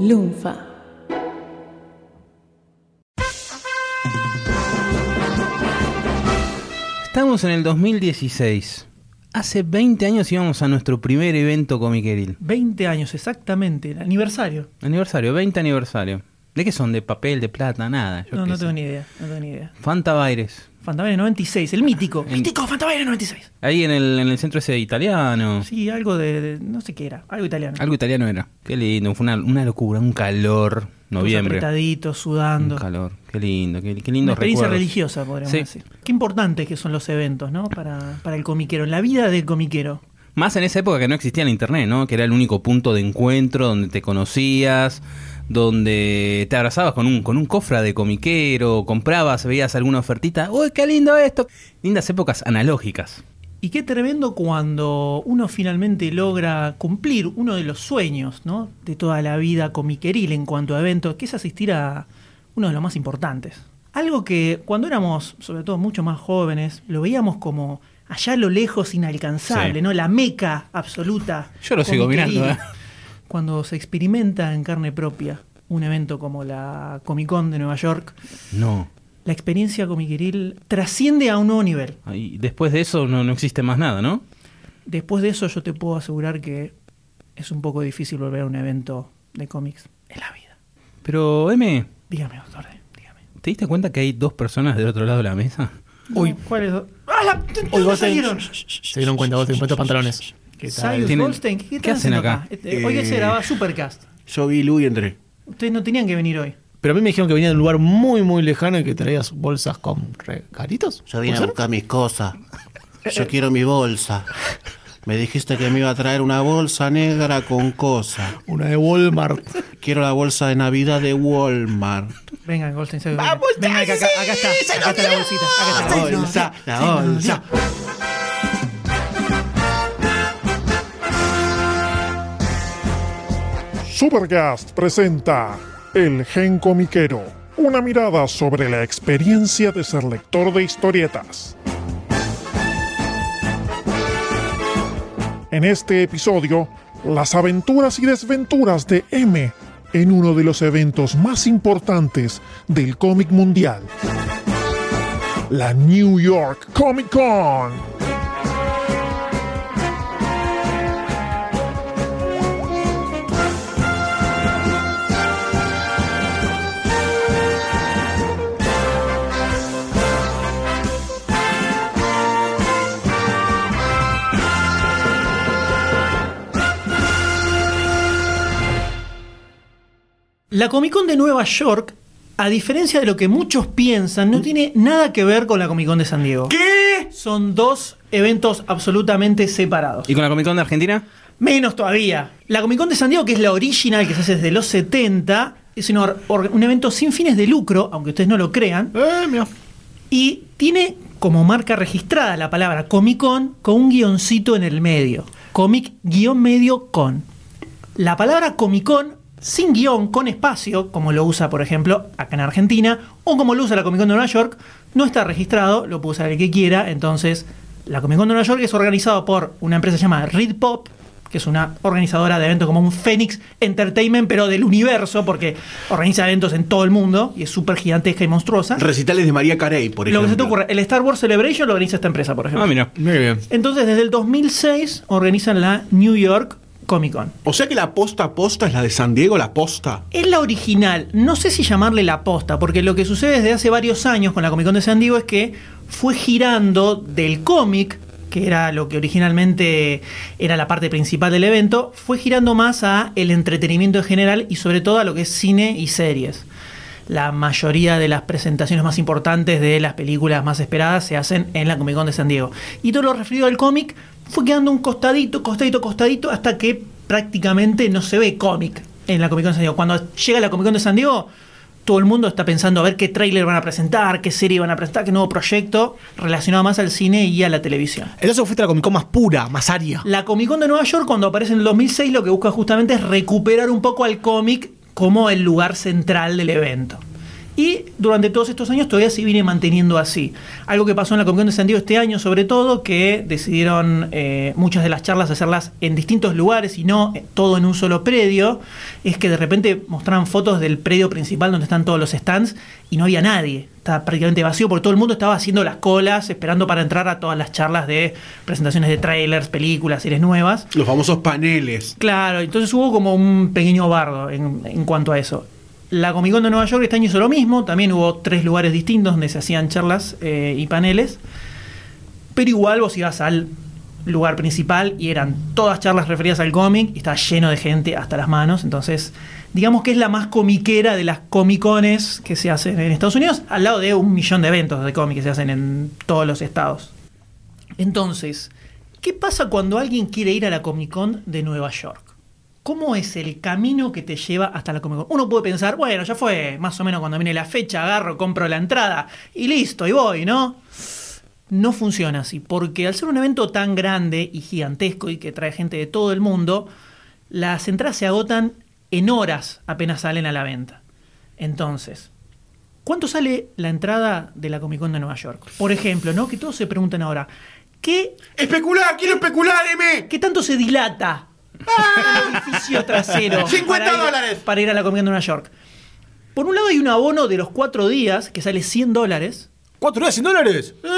Lunfa. Estamos en el 2016. Hace 20 años íbamos a nuestro primer evento comiqueril. 20 años, exactamente. El aniversario. Aniversario, 20 aniversario. ¿De qué son? ¿De papel, de plata? Nada. No tengo ni idea. Fantabaires. Fantabaires 96, el mítico. Mítico Fantabaires 96. Ahí en el centro ese italiano. Sí, algo de no sé qué era. Algo italiano. Algo italiano era. Qué lindo. Fue una locura, un calor. Noviembre. Todos apretaditos, sudando. Un calor. Qué lindo Una experiencia recuerdos. Religiosa, podríamos decir. Qué importantes que son los eventos, ¿no? Para el comiquero, en la vida del comiquero. Más en esa época que no existía el internet, ¿no? Que era el único punto de encuentro donde te conocías, donde te abrazabas con un cofre de comiquero, comprabas, veías alguna ofertita. ¡Uy, qué lindo esto! Lindas épocas analógicas. Y qué tremendo cuando uno finalmente logra cumplir uno de los sueños, ¿no? De toda la vida comiqueril en cuanto a eventos, que es asistir a uno de los más importantes. Algo que cuando éramos, sobre todo, mucho más jóvenes, lo veíamos como allá a lo lejos inalcanzable, sí, ¿no? La meca absoluta. Yo lo sigo mirando, ¿eh? Cuando se experimenta en carne propia un evento como la Comic Con de Nueva York, no, la experiencia comiqueril trasciende a un nuevo nivel. Y después de eso no existe más nada, ¿no? Después de eso yo te puedo asegurar que es un poco difícil volver a un evento de cómics en la vida. Pero, M... Dígame, doctor, dígame. ¿Te diste cuenta que hay dos personas del otro lado de la mesa? No, Uy. ¿cuáles dos? ¡Ah, Uy, la salieron! Se dieron cuenta, vos te puestos pantalones. ¿Qué tal? Goldstein, ¿qué hacen acá? Hoy se grababa Supercast. Yo vi Lu y entré. Ustedes no tenían que venir hoy. Pero a mí me dijeron que venía de un lugar muy, muy lejano y que traías bolsas con regalitos. Yo vine a buscar mis cosas. Yo quiero mi bolsa. Me dijiste que me iba a traer una bolsa negra con cosas. Una de Walmart. Quiero la bolsa de Navidad de Walmart. Venga, Goldstein. ¡Vamos! Venga, acá está. Acá está la bolsita. La bolsa. Supercast presenta El Gen Comiquero, una mirada sobre la experiencia de ser lector de historietas. En este episodio, las aventuras y desventuras de M en uno de los eventos más importantes del cómic mundial, la New York Comic Con. La Comic Con de Nueva York, a diferencia de lo que muchos piensan, no tiene nada que ver con la Comic Con de San Diego. ¿Qué? Son dos eventos absolutamente separados. ¿Y con la Comic Con de Argentina? Menos todavía. La Comic Con de San Diego, que es la original, que se hace desde los 70, es un evento sin fines de lucro, aunque ustedes no lo crean. Mira. Y tiene como marca registrada la palabra Comic Con un guioncito en el medio. Comic-medio con. La palabra Comic Con sin guión, con espacio, como lo usa, por ejemplo, acá en Argentina, o como lo usa la Comic Con de Nueva York, no está registrado, lo puede usar el que quiera. Entonces, la Comic Con de Nueva York es organizado por una empresa llamada Red Pop, que es una organizadora de eventos como un Phoenix Entertainment, pero del universo, porque organiza eventos en todo el mundo y es súper gigantesca y monstruosa. Recitales de María Carey, por ejemplo. Lo que se te ocurre, el Star Wars Celebration lo organiza esta empresa, por ejemplo. Ah, mira. Muy bien. Entonces, desde el 2006 organizan la New York Comic Con. O sea que la posta es la de San Diego, la posta. Es la original. No sé si llamarle la posta, porque lo que sucede desde hace varios años con la Comic Con de San Diego es que fue girando del cómic, que era lo que originalmente era la parte principal del evento, fue girando más a el entretenimiento en general y sobre todo a lo que es cine y series. La mayoría de las presentaciones más importantes de las películas más esperadas se hacen en la Comic Con de San Diego. Y todo lo referido al cómic fue quedando un costadito, hasta que prácticamente no se ve cómic en la Comic Con de San Diego. Cuando llega la Comic Con de San Diego, todo el mundo está pensando a ver qué tráiler van a presentar, qué serie van a presentar, qué nuevo proyecto relacionado más al cine y a la televisión. Entonces fuiste a la Comic Con más pura, más aria. La Comic Con de Nueva York, cuando aparece en el 2006, lo que busca justamente es recuperar un poco al cómic como el lugar central del evento. Y durante todos estos años todavía se viene manteniendo así. Algo que pasó en la Comic Con de San Diego este año, sobre todo, que decidieron muchas de las charlas hacerlas en distintos lugares y no todo en un solo predio, es que de repente mostraban fotos del predio principal donde están todos los stands y no había nadie. Estaba prácticamente vacío porque todo el mundo estaba haciendo las colas, esperando para entrar a todas las charlas de presentaciones de trailers, películas, series nuevas. Los famosos paneles. Claro, entonces hubo como un pequeño bardo en cuanto a eso. La Comic Con de Nueva York este año hizo lo mismo, también hubo 3 lugares distintos donde se hacían charlas y paneles, pero igual vos ibas al lugar principal y eran todas charlas referidas al cómic y estaba lleno de gente hasta las manos, entonces digamos que es la más comiquera de las Comic-Cones que se hacen en Estados Unidos, al lado de 1 millón de eventos de cómic que se hacen en todos los estados. Entonces, ¿qué pasa cuando alguien quiere ir a la Comic Con de Nueva York? ¿Cómo es el camino que te lleva hasta la Comic Con? Uno puede pensar, bueno, ya fue, más o menos cuando viene la fecha, agarro, compro la entrada y listo, y voy, ¿no? No funciona así, porque al ser un evento tan grande y gigantesco y que trae gente de todo el mundo, las entradas se agotan en horas apenas salen a la venta. Entonces, ¿cuánto sale la entrada de la Comic Con de Nueva York? Por ejemplo, ¿no? Que todos se preguntan ahora, ¡Especular! ¡Quiero especular, M! ¿qué tanto se dilata el edificio trasero $50 para ir a la Comic Con de Nueva York? Por un lado hay un abono de los 4 días que sale $100. ¿4 días $100?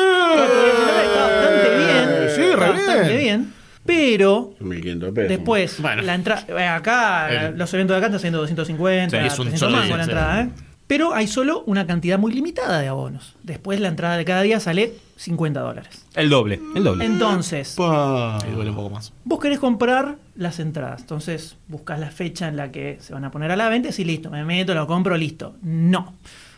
Está bastante bien. Sí, está re bastante bien. bien. Pero 1.500 pesos. después, Bueno. la entrada. Acá, los eventos de acá están haciendo 250, Sí, es un 300 solo mangos día, la sí. entrada, ¿eh? Pero hay solo una cantidad muy limitada de abonos. Después la entrada de cada día sale $50. El doble. Entonces, Ahí duele un poco más. vos querés comprar las entradas. Entonces, buscas la fecha en la que se van a poner a la venta y decís, listo, me meto, lo compro, listo. No.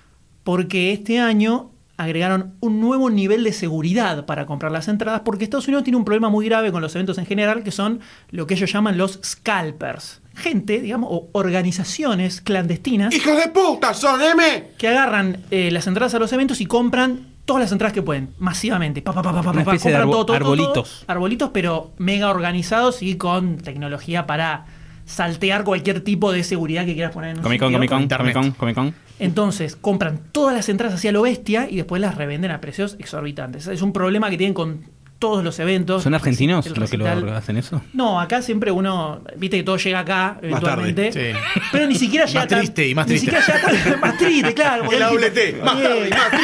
Porque este año agregaron un nuevo nivel de seguridad para comprar las entradas, porque Estados Unidos tiene un problema muy grave con los eventos en general, que son lo que ellos llaman los scalpers. Gente, digamos, o organizaciones clandestinas ¡Hijos de puta son, M! que agarran las entradas a los eventos y compran todas las entradas que pueden, masivamente. Una especie de Compran arbolitos. Arbolitos, pero mega organizados y con tecnología para saltear cualquier tipo de seguridad que quieras poner en un Comic Con. Entonces, compran todas las entradas hacia lo bestia y después las revenden a precios exorbitantes. Es un problema que tienen con todos los eventos. ¿Son argentinos El los que lo recital. hacen eso? No, acá siempre uno, viste que todo llega acá eventualmente, tarde, sí. pero ni siquiera llega Más triste y más triste. Ni siquiera llega tan, más triste, claro. porque El el tipo- doble T, más Bien. tarde y más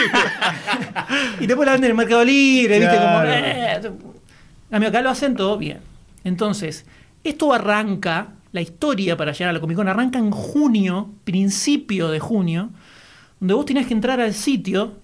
triste. Y después la venden en el Mercado Libre, viste Claro. como a mí acá lo hacen todo bien. Entonces, esto arranca, la historia para llegar a la Comic Con arranca en junio, principio de junio, donde vos tenías que entrar al sitio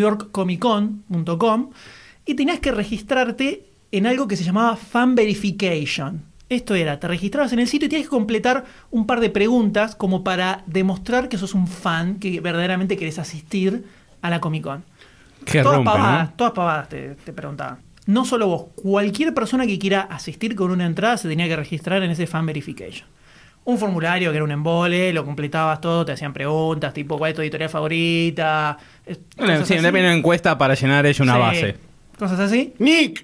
newyorkcomiccon.com y tenías que registrarte en algo que se llamaba Fan Verification. Esto era, te registrabas en el sitio y tenías que completar un par de preguntas como para demostrar que sos un fan, que verdaderamente querés asistir a la Comic Con. Qué Todas rompe, pavadas, ¿no? todas pavadas te preguntaban. No solo vos, cualquier persona que quiera asistir con una entrada se tenía que registrar en ese Fan Verification. Un formulario que era un embole, lo completabas todo, te hacían preguntas, tipo, ¿cuál es tu editorial favorita? Bueno, Cosas sí, así. una encuesta para llenar ella una Sí, base. Cosas así. ¡Nick!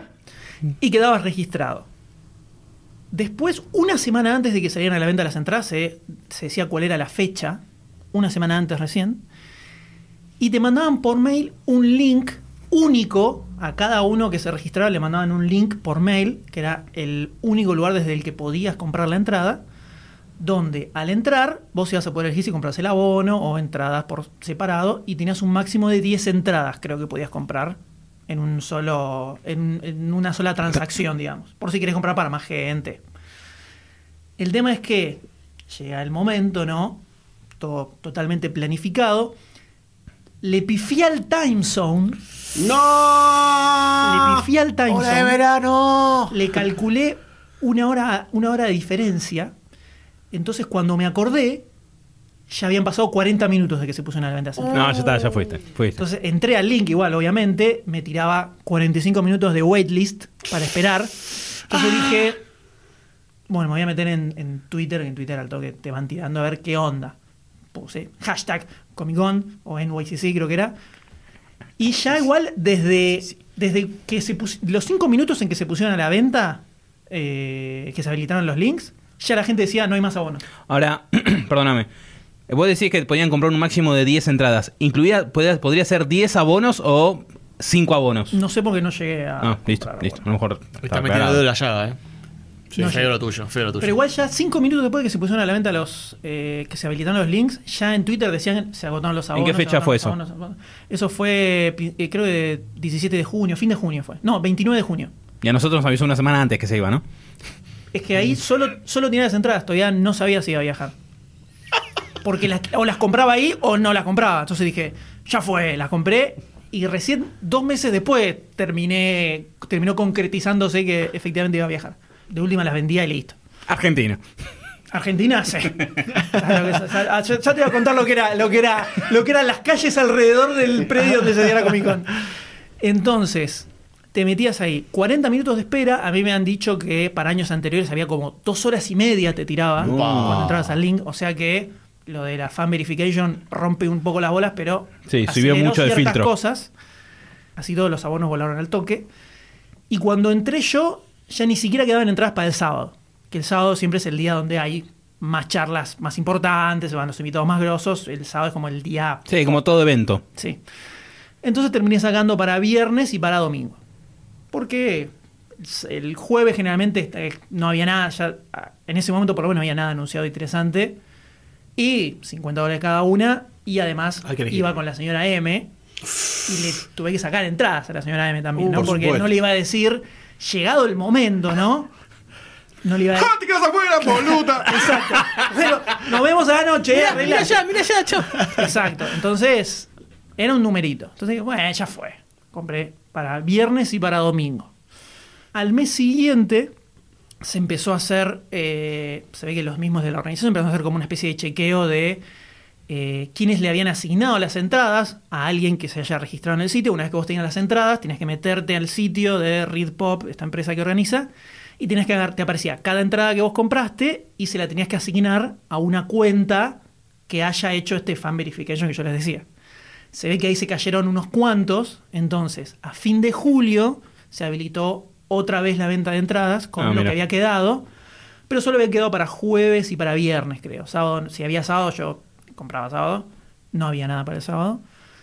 Y quedabas registrado. Después, una semana antes de que salieran a la venta las entradas, se decía cuál era la fecha, una semana antes recién, y te mandaban por mail un link único. A cada uno que se registraba le mandaban un link por mail, que era el único lugar desde el que podías comprar la entrada, donde al entrar vos ibas a poder elegir si comprás el abono o entradas por separado, y tenías un máximo de 10 entradas, creo que podías comprar en un solo en una sola transacción, digamos, por si querés comprar para más gente. El tema es que llega el momento, ¿no? Todo totalmente planificado. Le pifié al time zone. ¡No! Le pifié al time ¡Hora de zone. verano! Le calculé una hora de diferencia. Entonces, cuando me acordé, ya habían pasado 40 minutos de que se puso en la venta. No, ya está, ya fuiste. Entonces, entré al link igual, obviamente. Me tiraba 45 minutos de waitlist para esperar. Entonces dije, bueno, me voy a meter en Twitter. En Twitter al toque te van tirando a ver qué onda. Puse hashtag Comic Con o NYCC creo que era. Y ya igual desde que los 5 minutos en que se pusieron a la venta, que se habilitaron los links, ya la gente decía no hay más abonos. Ahora, perdóname. Vos decís que podían comprar un máximo de 10 entradas. ¿Podría ser 10 abonos o 5 abonos? No sé por qué no llegué a... Listo. A lo mejor Está metiendo dedo en la llaga, Sí, no, feo lo tuyo. Pero igual ya 5 minutos después de que se pusieron a la venta los que se habilitaron los links, ya en Twitter decían se agotaron los abonos. ¿En qué fecha fue eso? Eso fue, creo que 17 de junio, fin de junio fue. No, 29 de junio. Y a nosotros nos avisó una semana antes que se iba, ¿no? Es que ahí solo tenía las entradas, todavía no sabía si iba a viajar. Porque o las compraba ahí o no las compraba. Entonces dije, ya fue, las compré y recién 2 meses después terminó concretizándose que efectivamente iba a viajar. De última las vendía y listo. Argentina, sí. Ya te voy a contar lo que eran las calles alrededor del predio donde se hacía la Comic Con. Entonces, te metías ahí. 40 minutos de espera. A mí me han dicho que para años anteriores había como 2 horas y media te tiraba cuando entrabas al link. O sea que lo de la fan verification rompe un poco las bolas, pero sí, subió mucho de filtro. Cosas. Así todos los abonos volaron al toque. Y cuando entré yo, ya ni siquiera quedaban entradas para el sábado. Que el sábado siempre es el día donde hay más charlas más importantes, se van los invitados más grosos. El sábado es como el día... Sí, como todo evento. Sí. Entonces terminé sacando para viernes y para domingo. Porque el jueves generalmente no había nada, ya en ese momento por lo menos no había nada anunciado interesante. Y $50 cada una. Y además iba con la señora M. Y le tuve que sacar entradas a la señora M también, ¿no? Porque no le iba a decir, llegado el momento, ¿no? No le iba a decir. ¡Te quedas afuera, boluda! Exacto. Bueno, nos vemos a la noche, Mira allá, chao. Exacto. Entonces, era un numerito. Entonces, bueno, ya fue. Compré para viernes y para domingo. Al mes siguiente se empezó a hacer, se ve que los mismos de la organización empezaron a hacer como una especie de chequeo de quienes le habían asignado las entradas a alguien que se haya registrado en el sitio. Una vez que vos tenías las entradas, tenías que meterte al sitio de ReadPop, esta empresa que organiza, y te aparecía cada entrada que vos compraste y se la tenías que asignar a una cuenta que haya hecho este fan verification que yo les decía. Se ve que ahí se cayeron unos cuantos. Entonces, a fin de julio se habilitó otra vez la venta de entradas con lo que había quedado, pero solo había quedado para jueves y para viernes, creo. Sábado, si había sábado, yo compraba sábado. No había nada para el sábado.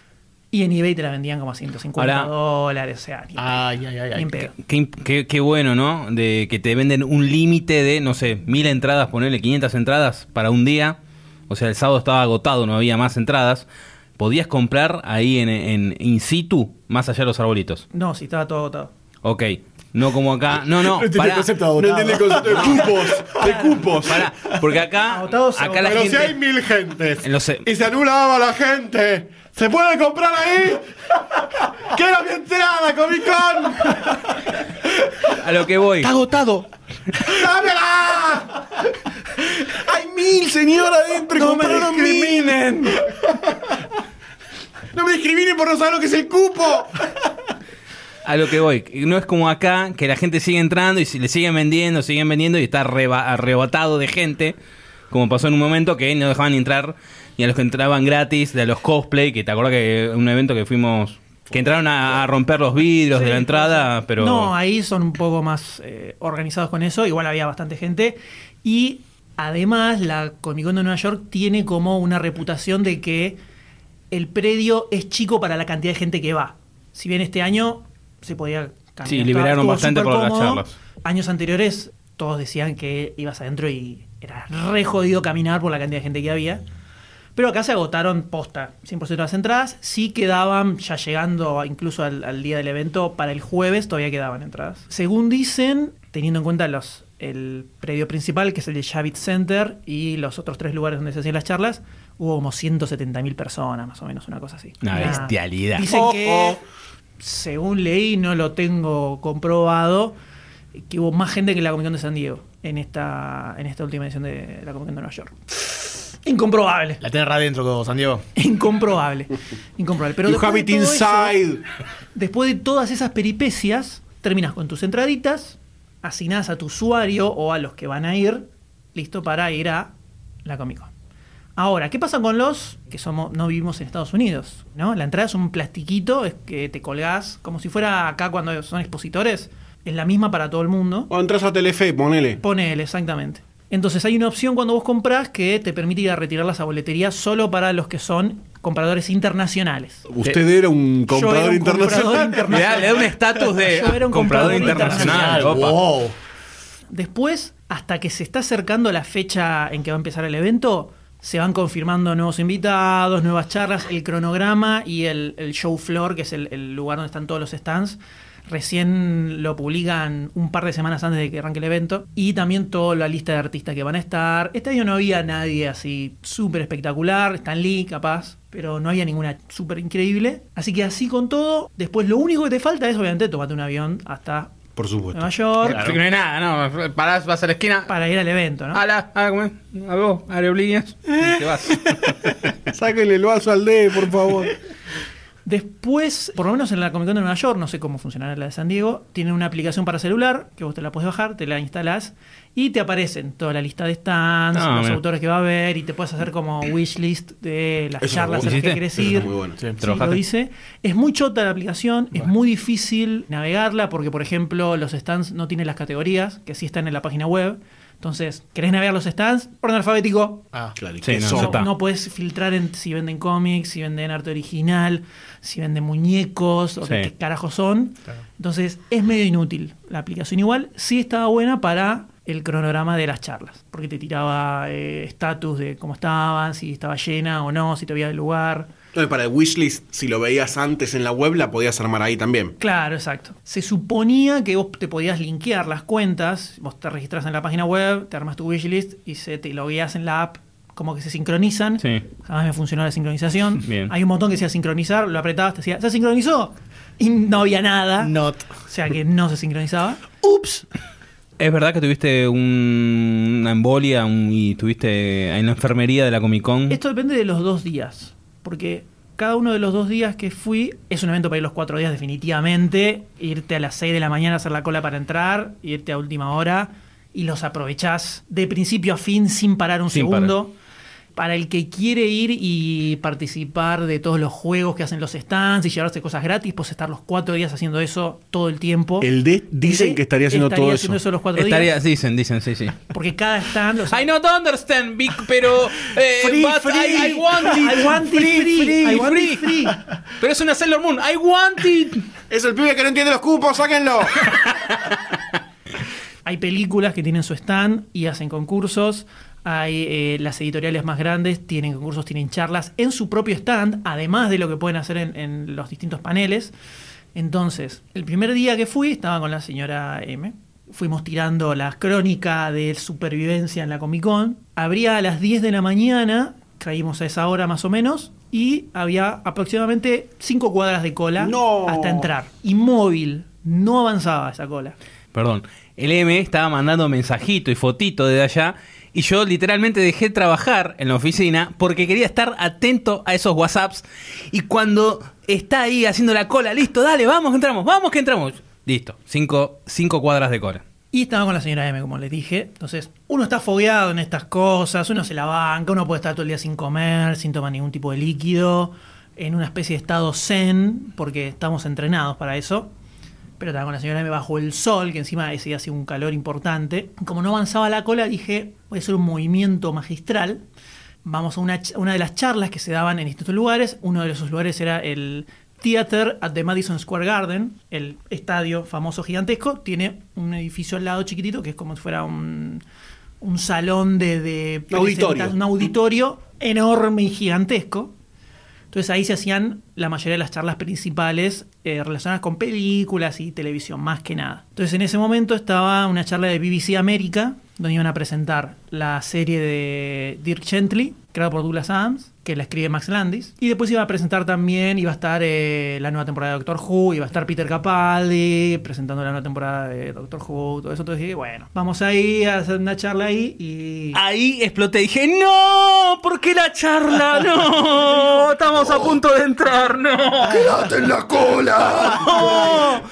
Y en eBay te la vendían como a $150. O sea, ni en pedo. Qué bueno, ¿no? De que te venden un límite de, no sé, 1000 entradas, ponerle 500 entradas para un día. O sea, el sábado estaba agotado, no había más entradas. ¿Podías comprar ahí en in situ, más allá de los arbolitos? No, sí, estaba todo agotado. Ok. No como acá. No, No entiende el concepto de cupos. De cupos. Pará, porque acá la pero gente... si hay 1000 gentes y se anulaba la gente, ¿se puede comprar ahí? ¡Quiero mi entrada, Comic Con! A lo que voy. ¡Está agotado! ¡Dámela! ¡Hay 1000, señor, adentro! ¡No me discriminen! ¡No me discriminen por no saber lo que es el cupo! A lo que voy, no es como acá, que la gente sigue entrando y le siguen vendiendo y está arrebatado de gente, como pasó en un momento que no dejaban entrar ni a los que entraban gratis, de los cosplay, que te acuerdas que un evento que fuimos, que entraron a romper los vidrios de la entrada, pero... No, ahí son un poco más organizados con eso, igual había bastante gente, y además la Comic Con de Nueva York tiene como una reputación de que el predio es chico para la cantidad de gente que va. Si bien este año se podía cambiar. Sí, liberaron bastante por las charlas. Años anteriores todos decían que ibas adentro y era re jodido caminar por la cantidad de gente que había. Pero acá se agotaron posta 100% de las entradas. Sí quedaban, ya llegando incluso al día del evento, para el jueves todavía quedaban entradas. Según dicen, teniendo en cuenta el predio principal, que es el de Javits Center, y los otros 3 lugares donde se hacían las charlas, hubo como 170.000 personas, más o menos, una cosa así. Una bestialidad. Dicen que, según leí, no lo tengo comprobado, que hubo más gente que en la Comic Con de San Diego en esta última edición de la Comic Con de Nueva York. Incomprobable. La tenés adentro, San Diego. Incomprobable. Pero You have it inside. Después de todas esas peripecias, terminas con tus entraditas, asignás a tu usuario o a los que van a ir, listo para ir a la Comic Con. Ahora, ¿qué pasa con los que no vivimos en Estados Unidos? ¿No? La entrada es un plastiquito, es que te colgás, como si fuera acá cuando son expositores, es la misma para todo el mundo. O entras a Telefe, ponele. Ponele, exactamente. Entonces hay una opción cuando vos comprás que te permite ir a retirarlas a boletería solo para los que son compradores internacionales. ¿Usted era un Yo era comprador un internacional? comprador internacional. Le da un estatus de Yo era un comprador comprador internacional. internacional. Opa. Wow. Después, hasta que se está acercando la fecha en que va a empezar el evento, se van confirmando nuevos invitados, nuevas charlas, el cronograma y el show floor, que es el lugar donde están todos los stands. Recién lo publican un par de semanas antes de que arranque el evento. Y también toda la lista de artistas que van a estar. Este año no había nadie así súper espectacular. Stan Lee, capaz. Pero no había ninguna súper increíble. Así que así con todo. Después lo único que te falta es obviamente tomarte un avión hasta Por supuesto. Nueva York. Claro. Que no hay nada, no. Parás, vas a la esquina. Para ir al evento, ¿no? ¿Cómo es? A vos, aerolíneas. Y te vas. Sáquenle el vaso al D, por favor. Después, por lo menos en la Comic Con de Nueva York, no sé cómo funcionará la de San Diego, tienen una aplicación para celular que vos te la podés bajar, te la instalás y te aparecen toda la lista de stands, los mira. autores que va a haber y te puedes hacer como wishlist de las Eso charlas a es las que bueno. querés Eso ir. está muy bueno. Sí, Sí, ¿trabajaste? lo hice. Es muy chota la aplicación, es muy difícil navegarla porque, por ejemplo, los stands no tienen las categorías, que sí están en la página web. Entonces, ¿querés navegar los stands? Orden alfabético. Claro, ¿y Sí, qué no, son? ya está. No puedes filtrar en si venden cómics, si venden arte original, si venden muñecos, o Sí. qué carajos son. Entonces, es medio inútil la aplicación. Igual, sí estaba buena para el cronograma de las charlas, porque te tiraba estatus de cómo estaban, si estaba llena o no, si todavía había lugar. Entonces, para el wishlist, si lo veías antes en la web, la podías armar ahí también. Claro, exacto. Se suponía que vos te podías linkear las cuentas, vos te registras en la página web, te armas tu wishlist y te logueas en la app, como que se sincronizan. Sí. Jamás me funcionó la sincronización. Bien. Hay un botón que decía sincronizar, lo apretabas, te decía, ¿se sincronizó? Y no había nada. Not. O sea que no se sincronizaba. Ups. ¿Es verdad que tuviste una embolia y estuviste en la enfermería de la Comic Con? Esto depende de los 2 días. Porque cada uno de los 2 días que fui es un evento para ir los 4 días definitivamente. Irte a las 6 de la mañana a hacer la cola para entrar, irte a última hora y los aprovechás de principio a fin sin parar un Sin segundo. Para el que quiere ir y participar de todos los juegos que hacen los stands y llevarse cosas gratis, pues estar los 4 días haciendo eso todo el tiempo. El D dicen El D que estaría haciendo todo haciendo eso. los 4 días. Dicen, sí, sí. Porque cada stand... o sea, I not understand, big, pero... Free, but free. I want it. I want it free. I want it free. Pero es una Sailor Moon. I want it. Es el pibe que no entiende los cupos, sáquenlo. Hay películas que tienen su stand y hacen concursos. Hay las editoriales más grandes, tienen concursos, tienen charlas en su propio stand, además de lo que pueden hacer en los distintos paneles. Entonces, el primer día que fui, estaba con la señora M. Fuimos tirando la crónica de supervivencia en la Comic Con. Abría a las 10 de la mañana, caímos a esa hora más o menos, y había aproximadamente 5 cuadras de cola ¡No! hasta entrar. Inmóvil, no avanzaba esa cola. Perdón. El M estaba mandando mensajito y fotito desde allá. Y yo literalmente dejé trabajar en la oficina porque quería estar atento a esos WhatsApps. Y cuando está ahí haciendo la cola, listo, dale, vamos que entramos. Listo, 5 cuadras de cola. Y estaba con la señora M, como les dije. Entonces, uno está fogueado en estas cosas, uno se la banca, uno puede estar todo el día sin comer, sin tomar ningún tipo de líquido, en una especie de estado zen, porque estamos entrenados para eso. Pero estaba con la señora M bajo el sol, que encima ese día hacía un calor importante. Como no avanzaba la cola, dije, voy a hacer un movimiento magistral. Vamos a una de las charlas que se daban en distintos lugares. Uno de esos lugares era el Theater at the Madison Square Garden, el estadio famoso gigantesco. Tiene un edificio al lado chiquitito, que es como si fuera un salón de Auditorio. un auditorio enorme y gigantesco. Entonces ahí se hacían la mayoría de las charlas principales relacionadas con películas y televisión, más que nada. Entonces en ese momento estaba una charla de BBC América, donde iban a presentar la serie de Dirk Gently, creada por Douglas Adams, que la escribe Max Landis. Y después iba a presentar también, iba a estar la nueva temporada de Doctor Who, iba a estar Peter Capaldi presentando la nueva temporada de Doctor Who, todo eso. Entonces dije, bueno, vamos ahí a hacer una charla ahí y... Ahí exploté, dije, no, ¿por qué la charla? No, estamos a punto de entrar, no. ¡Quédate en la cola!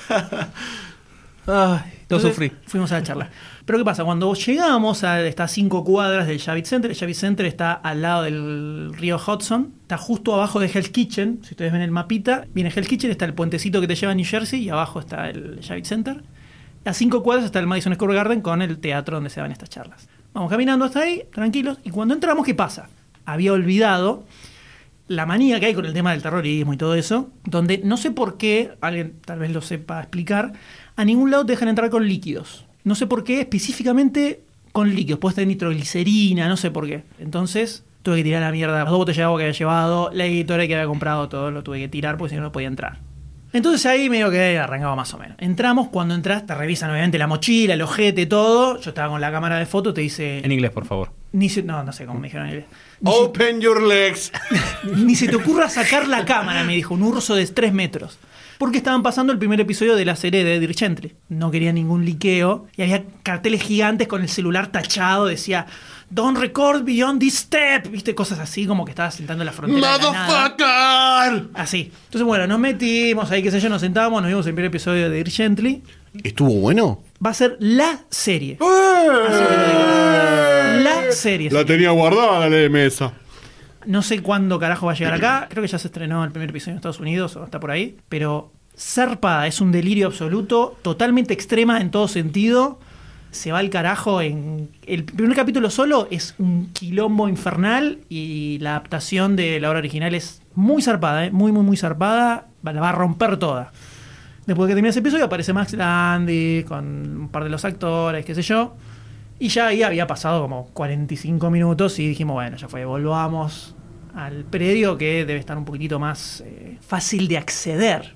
Ay, lo Entonces, sufrí. Fuimos a la charla. Pero ¿qué pasa? Cuando llegamos a estas 5 cuadras del Javits Center, el Javits Center está al lado del río Hudson, está justo abajo de Hell's Kitchen. Si ustedes ven el mapita, viene Hell's Kitchen, está el puentecito que te lleva a New Jersey y abajo está el Javits Center. A 5 cuadras está el Madison Square Garden con el teatro donde se dan estas charlas. Vamos caminando hasta ahí, tranquilos. Y cuando entramos, ¿qué pasa? Había olvidado la manía que hay con el tema del terrorismo y todo eso, donde no sé por qué, alguien tal vez lo sepa explicar, a ningún lado te dejan entrar con líquidos. No sé por qué, específicamente con líquidos. Puede estar nitroglicerina, no sé por qué. Entonces tuve que tirar la mierda, las 2 botellas de agua que había llevado, la editora que había comprado, todo lo tuve que tirar porque si no, no podía entrar. Entonces ahí medio que arrancaba más o menos. Entramos, cuando entras te revisan obviamente la mochila, el ojete, todo. Yo estaba con la cámara de foto, te dice... En inglés, por favor. No sé cómo me dijeron en inglés. Open your legs. Ni se te ocurra sacar la cámara, me dijo, un urso de 3 metros. Porque estaban pasando el primer episodio de la serie de Dirk Gently. No quería ningún liqueo. Y había carteles gigantes con el celular tachado. Decía, don't record beyond this step. Viste, cosas así como que estabas sentando en la frontera de la nada. ¡Motherfucker! Así. Entonces, bueno, nos metimos ahí, qué sé yo, nos sentábamos, nos vimos el primer episodio de Dirk Gently. ¿Estuvo bueno? Va a ser la serie. Así te lo digo. La serie. La tenía guardada la de mesa. No sé cuándo carajo va a llegar acá. Creo que ya se estrenó el primer episodio en Estados Unidos o está por ahí. Pero zarpada, es un delirio absoluto, totalmente extrema en todo sentido. Se va al carajo en... El primer capítulo solo es un quilombo infernal y la adaptación de la obra original es muy zarpada, muy zarpada. La va a romper toda. Después de que termina ese episodio aparece Max Landis con un par de los actores, qué sé yo. Y ya ahí había pasado como 45 minutos y dijimos, bueno, ya fue, volvamos al predio que debe estar un poquitito más fácil de acceder.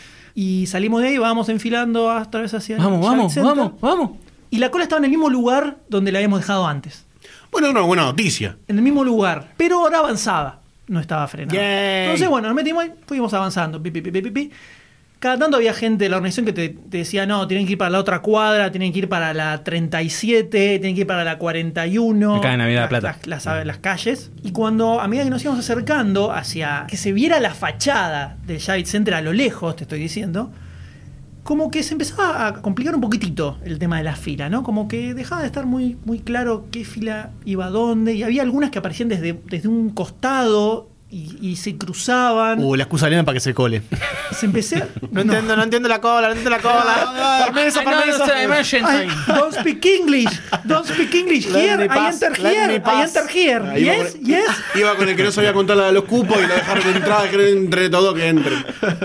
Y salimos de ahí, vamos enfilando otra vez hacia Vamos. Y la cola estaba en el mismo lugar donde la habíamos dejado antes. Bueno, una buena noticia. En el mismo lugar, pero ahora avanzaba. No estaba frenada. Yay. Entonces, bueno, nos metimos ahí, fuimos avanzando. Cada tanto había gente de la organización que te decía, no, tienen que ir para la otra cuadra, tienen que ir para la 37, tienen que ir para la 41. Acá en Navidad de Plata. Las calles. Y cuando, a medida que nos íbamos acercando hacia que se viera la fachada del Javits Center a lo lejos, te estoy diciendo, como que se empezaba a complicar un poquitito el tema de la fila, ¿no? Como que dejaba de estar muy claro qué fila iba a dónde. Y había algunas que aparecían desde un costado y se cruzaban. La excusa Elena para que se cole. Se empecé a... No entiendo la cola, Permiso. Ay, don't speak English. Let me Here, I pass, enter let here, me I pass. enter here. Ahí Yes. Iba con el que no sabía contar la de los cupos y lo dejaron entrar, que entre todo que entre.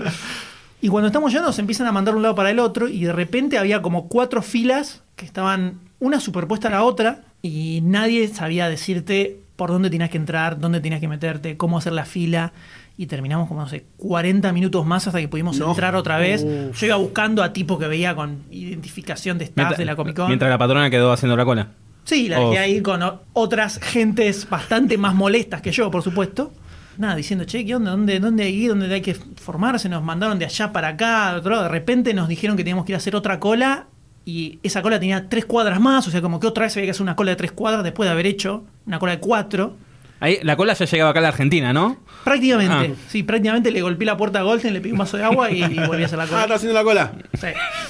Y cuando estamos yendo se empiezan a mandar de un lado para el otro y de repente había como 4 filas que estaban una superpuesta a la otra y nadie sabía decirte por dónde tenías que entrar, dónde tenías que meterte, cómo hacer la fila. Y terminamos como, no sé, 40 minutos más hasta que pudimos entrar otra vez. Yo iba buscando a tipo que veía con identificación de staff de la Comic Con. Mientras la patrona quedó haciendo la cola. Sí, la dejé ahí con otras gentes bastante más molestas que yo, por supuesto. Nada, diciendo, che, ¿qué onda? ¿Dónde hay que formarse? Nos mandaron de allá para acá. De repente nos dijeron que teníamos que ir a hacer otra cola. Y esa cola tenía 3 cuadras más. O sea, como que otra vez había que hacer una cola de 3 cuadras después de haber hecho una cola de 4. Ahí, la cola ya llegaba acá a la Argentina, ¿no? Prácticamente. Sí, prácticamente le golpeé la puerta a Goldstein, le pedí un vaso de agua y volví a hacer la cola. ¿Está haciendo la cola? Sí.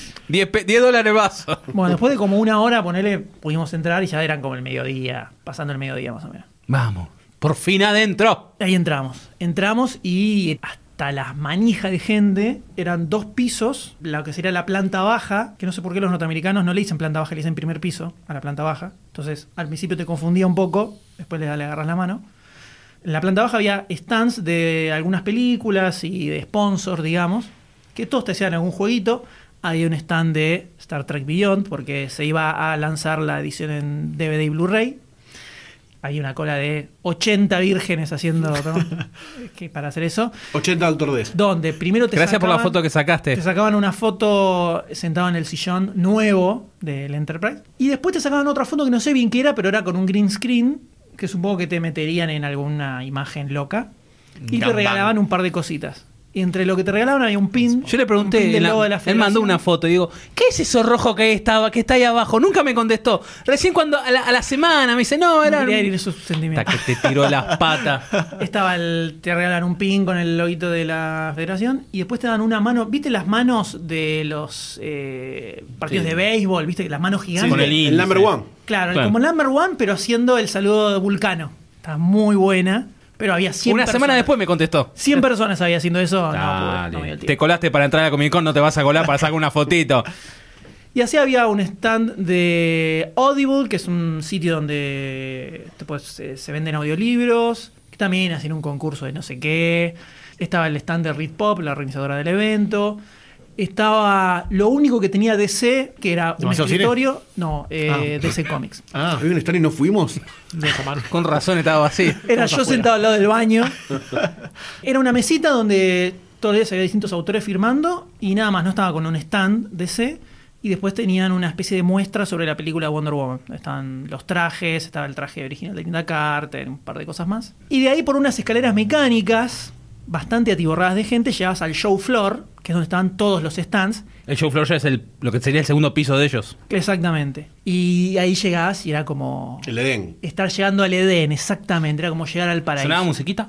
$10 vaso. Bueno, después de como una hora, pudimos entrar y ya eran como el mediodía. Pasando el mediodía más o menos. Vamos. Por fin adentro. Ahí entramos y hasta las manijas de gente. Eran 2 pisos, lo que sería la planta baja, que no sé por qué los norteamericanos no le dicen planta baja, le dicen primer piso a la planta baja. Entonces al principio te confundía un poco, después le agarras la mano. En la planta baja había stands de algunas películas y de sponsors, digamos, que todos te hacían algún jueguito. Había un stand de Star Trek Beyond, porque se iba a lanzar la edición en DVD y Blu-ray. Hay una cola de 80 vírgenes haciendo para hacer eso. 80 al tordés. Donde primero Gracias por la foto que sacaste. Te sacaban una foto sentado en el sillón nuevo del Enterprise. Y después te sacaban otra foto que no sé bien qué era, pero era con un green screen, que supongo que te meterían en alguna imagen loca. Y te regalaban un par de cositas. Y entre lo que te regalaban había un pin. Yo le pregunté, él mandó una foto y digo, ¿qué es eso rojo que está ahí abajo? Nunca me contestó. Recién cuando a la semana me dice, no, era... No quería herir sus sentimientos. Que te tiró las patas. Te regalan un pin con el loguito de la federación y después te dan una mano. ¿Viste las manos de los partidos de béisbol? ¿Viste las manos gigantes? Sí, con el number one. Claro, como el number one, pero haciendo el saludo de Vulcano. Está muy buena. Pero había 100 Una personas. semana después me contestó. 100 personas había haciendo eso. Dale. No me dio el tiempo. Te colaste para entrar a Comic Con, no te vas a colar para sacar una fotito. Y así había un stand de Audible, que es un sitio donde se venden audiolibros, que también hacían un concurso de no sé qué. Estaba el stand de Read Pop, la organizadora del evento. Estaba lo único que tenía DC, que era un escritorio. No, DC Comics. ¿Había un stand y no fuimos? Con razón estaba así. Era yo sentado al lado del baño. Era una mesita donde todos los días había distintos autores firmando y nada más, no estaba con un stand DC. Y después tenían una especie de muestra sobre la película Wonder Woman. Estaban los trajes, estaba el traje original de Linda Carter, un par de cosas más. Y de ahí por unas escaleras mecánicas, bastante atiborradas de gente, llegabas al show floor, que es donde estaban todos los stands. El show floor ya es lo que sería el segundo piso de ellos. Exactamente. Y ahí llegabas y era como... El Edén. Estar llegando al Edén, exactamente. Era como llegar al paraíso. ¿Sonaba musiquita?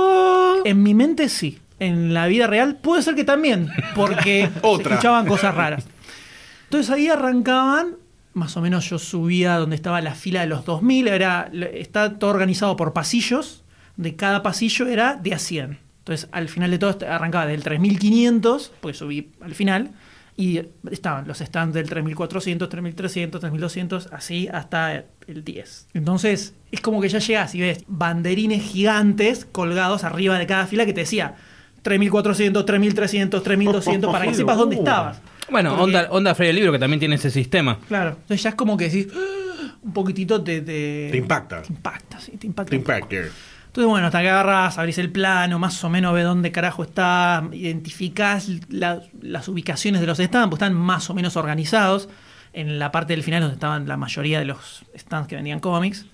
En mi mente sí. En la vida real puede ser que también, porque se escuchaban cosas raras. Entonces ahí arrancaban, más o menos yo subía donde estaba la fila de los 2000, está todo organizado por pasillos, de cada pasillo era de a 100. Entonces al final de todo arrancaba del 3500, porque subí al final, y estaban los stands del 3400, 3300, 3200, así hasta el 10. Entonces es como que ya llegás y ves banderines gigantes colgados arriba de cada fila que te decía 3400, 3300, 3200, para que sepas dónde estabas. Bueno, Porque, onda Feria del Libro, que también tiene ese sistema. Claro, entonces ya es como que decís, un poquitito te impacta. Te impacta, sí, te impacta. Te impacta. Entonces, bueno, hasta que agarras, abrís el plano, más o menos ves dónde carajo está, identificás las ubicaciones de los stands, pues están más o menos organizados. En la parte del final donde estaban la mayoría de los stands que vendían cómics.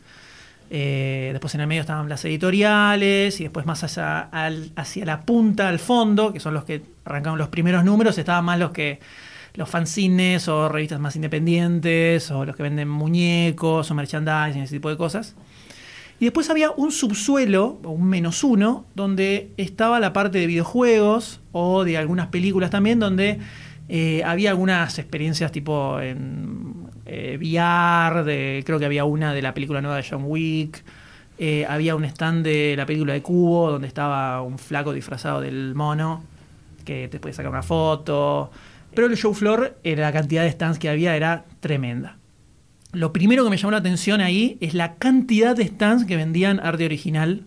Después en el medio estaban las editoriales y después más hacia la punta, al fondo, que son los que arrancaron los primeros números, estaban más los fanzines o revistas más independientes o los que venden muñecos o merchandising, ese tipo de cosas. Y después había un subsuelo, o un -1, donde estaba la parte de videojuegos o de algunas películas también, donde había algunas experiencias tipo en VR, creo que había una de la película nueva de John Wick, había un stand de la película de Cubo, donde estaba un flaco disfrazado del mono, que te podía sacar una foto. Pero el show floor, la cantidad de stands que había era tremenda. Lo primero que me llamó la atención ahí es la cantidad de stands que vendían arte original.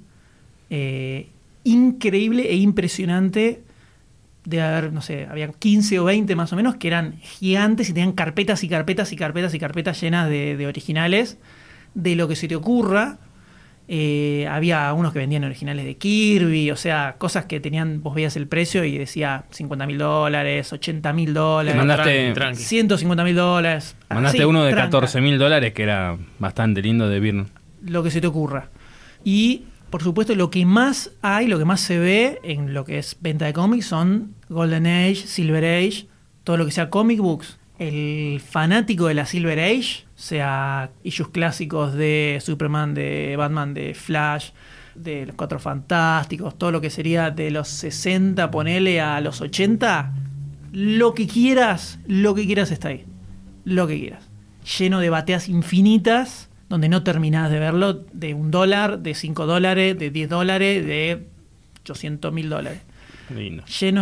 Increíble e impresionante. De haber, no sé, había 15 o 20 más o menos, que eran gigantes y tenían carpetas y carpetas y carpetas y carpetas llenas de originales, de lo que se te ocurra. Había unos que vendían originales de Kirby, o sea, cosas que tenían, vos veías el precio y decía $50,000, $80,000, Mandaste $150,000. Mandaste uno de $14,000 que era bastante lindo de Byrne. Lo que se te ocurra. Y por supuesto, lo que más hay, lo que más se ve en lo que es venta de cómics son Golden Age, Silver Age, todo lo que sea comic books. El fanático de la Silver Age, sea issues clásicos de Superman, de Batman, de Flash, de los Cuatro Fantásticos, todo lo que sería de los 60, ponele a los 80, lo que quieras está ahí. Lo que quieras. Lleno de bateas infinitas, donde no terminás de verlo, de $1, de $5, de $10, de $800,000. Lindo. Lleno.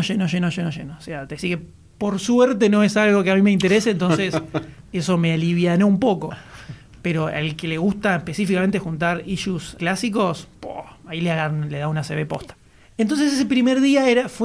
O sea, te sigue. Por suerte no es algo que a mí me interese, entonces eso me alivianó un poco. Pero al que le gusta específicamente juntar issues clásicos, ahí le da una CB posta. Entonces ese primer día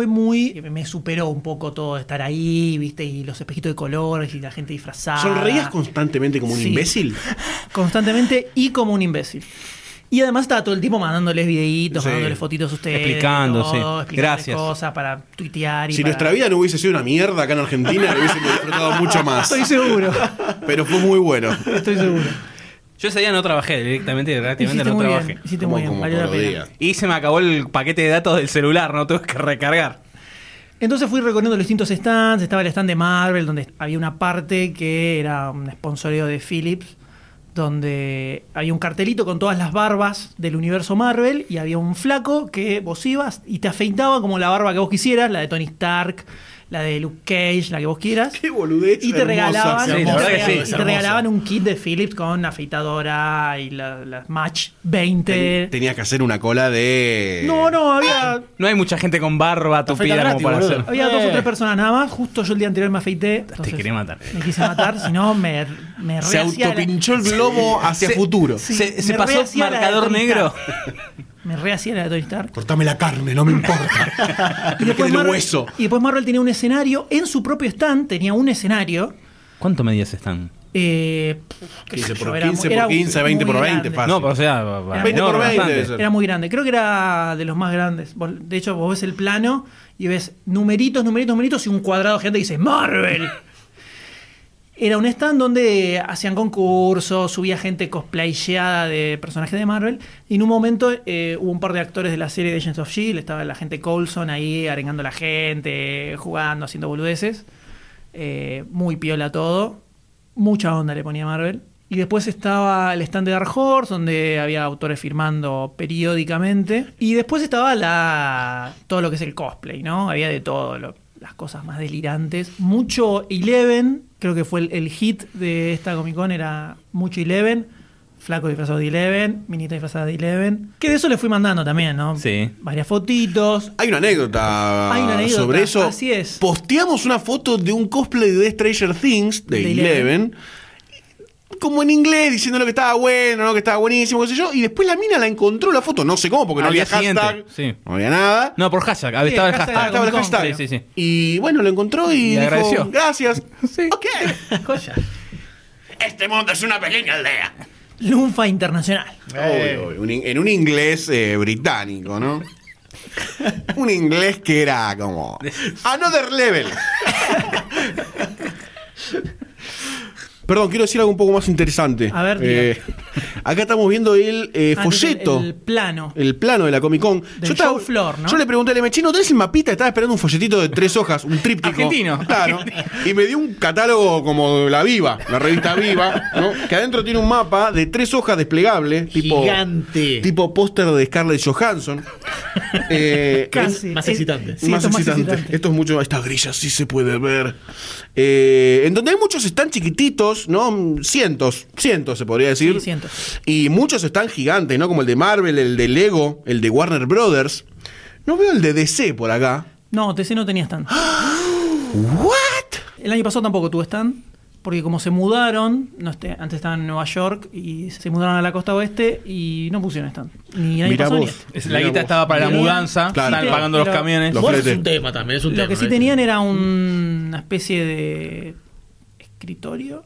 me superó un poco todo estar ahí, ¿viste? Y los espejitos de colores y la gente disfrazada. ¿Sonreías constantemente como un imbécil? Constantemente y como un imbécil. Y además estaba todo el tiempo mandándoles videitos, Sí. mandándoles fotitos a ustedes. Explicando, sí. Explicándoles Gracias. cosas para tuitear. Si nuestra vida no hubiese sido una mierda acá en Argentina, lo hubiésemos disfrutado mucho más. Estoy seguro. Pero fue muy bueno. Estoy seguro. Yo ese día no trabajé directamente, relativamente no trabajé. Hiciste muy bien, Como valió la todos los pena. días. Y se me acabó el paquete de datos del celular, no tuve que recargar. Entonces fui recorriendo los distintos stands. Estaba el stand de Marvel, donde había una parte que era un sponsoreo de Philips, donde había un cartelito con todas las barbas del universo Marvel y había un flaco que vos ibas y te afeitaba como la barba que vos quisieras, la de Tony Stark, la de Luke Cage, la que vos quieras. Qué boludez. Y te regalaban, Sí, la verdad que sí, y te regalaban un kit de Philips con afeitadora y las Match 20. Tenías que hacer una cola de. No, había No hay mucha gente con barba tupida gratis, como para boludo. hacer. Había 2 o 3 personas nada más. Justo yo el día anterior me afeité. Te quería matar. Me quise matar, si no me Se rehacía autopinchó el globo hacia futuro. Sí, Se me pasó rehacía la de marcador Tony negro. Me rehacía la de Tony Stark. Cortame la carne, no me importa. Y después, el Marvel, hueso. y después Marvel tenía un escenario. En su propio stand tenía un escenario. ¿Cuánto medías están? 15 15 por 15, 20 por 20, fácil. No, pero o sea, 20 por 20 bastante. debe ser. Era muy grande. Creo que era de los más grandes. De hecho, vos ves el plano y ves numeritos y un cuadrado gigante que dice Marvel. Era un stand donde hacían concursos, subía gente cosplayada de personajes de Marvel. Y en un momento hubo un par de actores de la serie de Agents of S.H.I.E.L.D. Estaba la gente Coulson ahí arengando a la gente, jugando, haciendo boludeces. Muy piola todo. Mucha onda le ponía Marvel. Y después estaba el stand de Dark Horse, donde había autores firmando periódicamente. Y después estaba todo lo que es el cosplay, ¿no? Había de todo, las cosas más delirantes. Mucho Eleven, creo que fue el hit de esta Comic Con, era mucho Eleven. Flaco disfrazado de Eleven, Minita disfrazada de Eleven. Que de eso le fui mandando también, ¿no? Sí. Varias fotitos. Hay una anécdota, sobre eso. Así es. Posteamos una foto de un cosplay de Stranger Things, de Eleven, como en inglés, diciendo que estaba bueno, ¿no? Que estaba buenísimo, qué sé yo. Y después la mina la encontró la foto, no sé cómo, porque no había hashtag, sí. no había nada. No, por hashtag. Estaba el hashtag. hashtag. Estaba el hashtag. Sí. Y bueno, lo encontró y dijo, agradeció. gracias. Sí. Ok. Joya. Este mundo es una pequeña aldea. Lunfa Internacional. Obvio, en un inglés británico, ¿no? Un inglés que era como another level. Perdón, quiero decir algo un poco más interesante. A ver, acá estamos viendo el folleto. El plano. El plano de la Comic Con. Del show floor, ¿no? Yo le pregunté al Mechino, ¿tenés el mapita? Estaba esperando un folletito de 3 hojas, un tríptico. Argentino. Claro. Y me dio un catálogo como la Viva, la revista Viva, ¿no? Que adentro tiene un mapa de 3 hojas desplegable. Gigante. Tipo póster de Scarlett Johansson. Casi. más excitante. Sí, más esto es excitante. Esto es mucho. Esta grilla sí se puede ver. En donde hay muchos están chiquititos, ¿no? Cientos se podría decir. Sí, cientos. Y muchos están gigantes, ¿no? Como el de Marvel, el de Lego, el de Warner Brothers. No veo el de DC por acá. No, TC no tenía stand. ¿What? El año pasado tampoco tuve stand. Porque como se mudaron, antes estaban en Nueva York y se mudaron a la costa oeste y no pusieron stand. Ni el año Mirá pasado ni vos. este. La guita estaba para la Pero- mudanza. Claro. Estaban pagando los Pero- camiones. Los Bueno, es fletes. un tema también, es un tema. Lo que sí tenían era una especie de escritorio.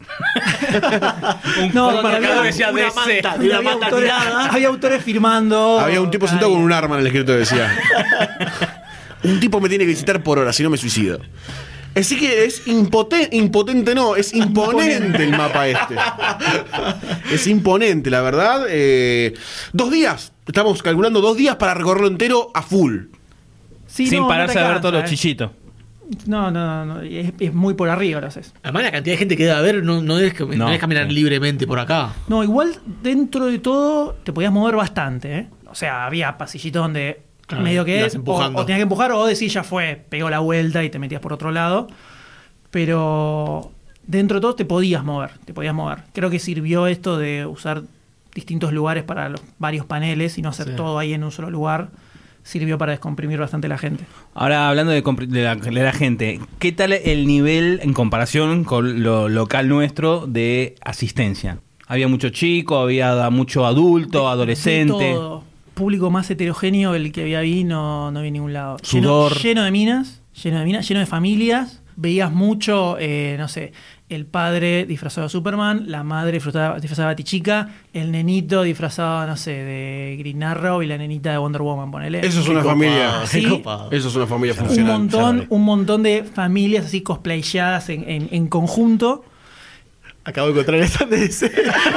No, porque decía una DC. manta, de una había manta autores, tirada. había autores firmando. Había un tipo sentado con un arma en el escritorio, decía. Un tipo me tiene que visitar por hora, si no me suicido. Así que es impotente no, es imponente el mapa este. Es imponente, la verdad. 2 días, estamos calculando 2 días para recorrerlo entero a full. Sí, Sin no, pararse no te a ver todos los alcanza, chichitos. No, es muy por arriba lo haces. Además, la cantidad de gente que debe haber no debes caminar sí. libremente por acá. No, igual dentro de todo te podías mover bastante, ¿eh? O sea, había pasillitos donde Claro, medio que ibas empujando. o tenías que empujar o decís ya fue, pegó la vuelta y te metías por otro lado. Pero dentro de todo te podías mover. Creo que sirvió esto de usar distintos lugares para los varios paneles y no hacer Sí. todo ahí en un solo lugar. Sirvió para descomprimir bastante la gente. Ahora, hablando de la gente, ¿qué tal el nivel en comparación con lo local nuestro de asistencia? ¿Había mucho chico, había mucho adulto, adolescente? De todo. Público más heterogéneo el que había ahí no vi en ningún lado. Sudor. Lleno de minas, lleno de familias. Veías mucho, no sé, el padre disfrazado de Superman, la madre disfrazada de Batichica, el nenito disfrazado, no sé, de Green Arrow y la nenita de Wonder Woman, ponele. Eso es una Qué familia. copado, Sí. qué copado. Eso es una familia un funcional. montón de familias así cosplayadas en conjunto. Acabo de encontrar esta de DC.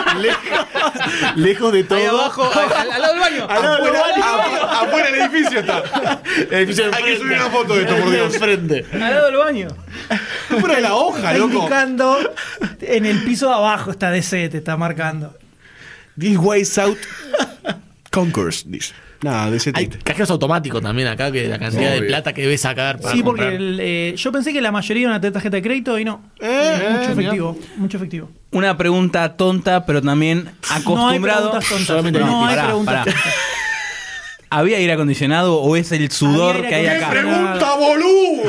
lejos de todo. Ahí abajo, al lado del baño. Afuera del edificio está. El edificio de Hay que enfrente. subir una foto de esto, por El Dios. enfrente. Al lado del baño. Fuera de la hoja, Está loco. indicando en el piso de abajo está DC, te está marcando. This way south. Concourse, dice. Nada, de ese Hay tinte. cajeros automáticos también acá, que la cantidad de Obvio. plata que debes sacar para Sí, porque comprar. yo pensé que la mayoría iban a tener tarjeta de crédito y no. Mucho efectivo, mucho efectivo. Una pregunta tonta, pero también acostumbrado. No hay preguntas tontas. Solamente no hay pará, preguntas pará. tontas. ¿Había aire acondicionado o es el sudor Había que hay aire acá? acondicionado. ¡Pregunta boluda!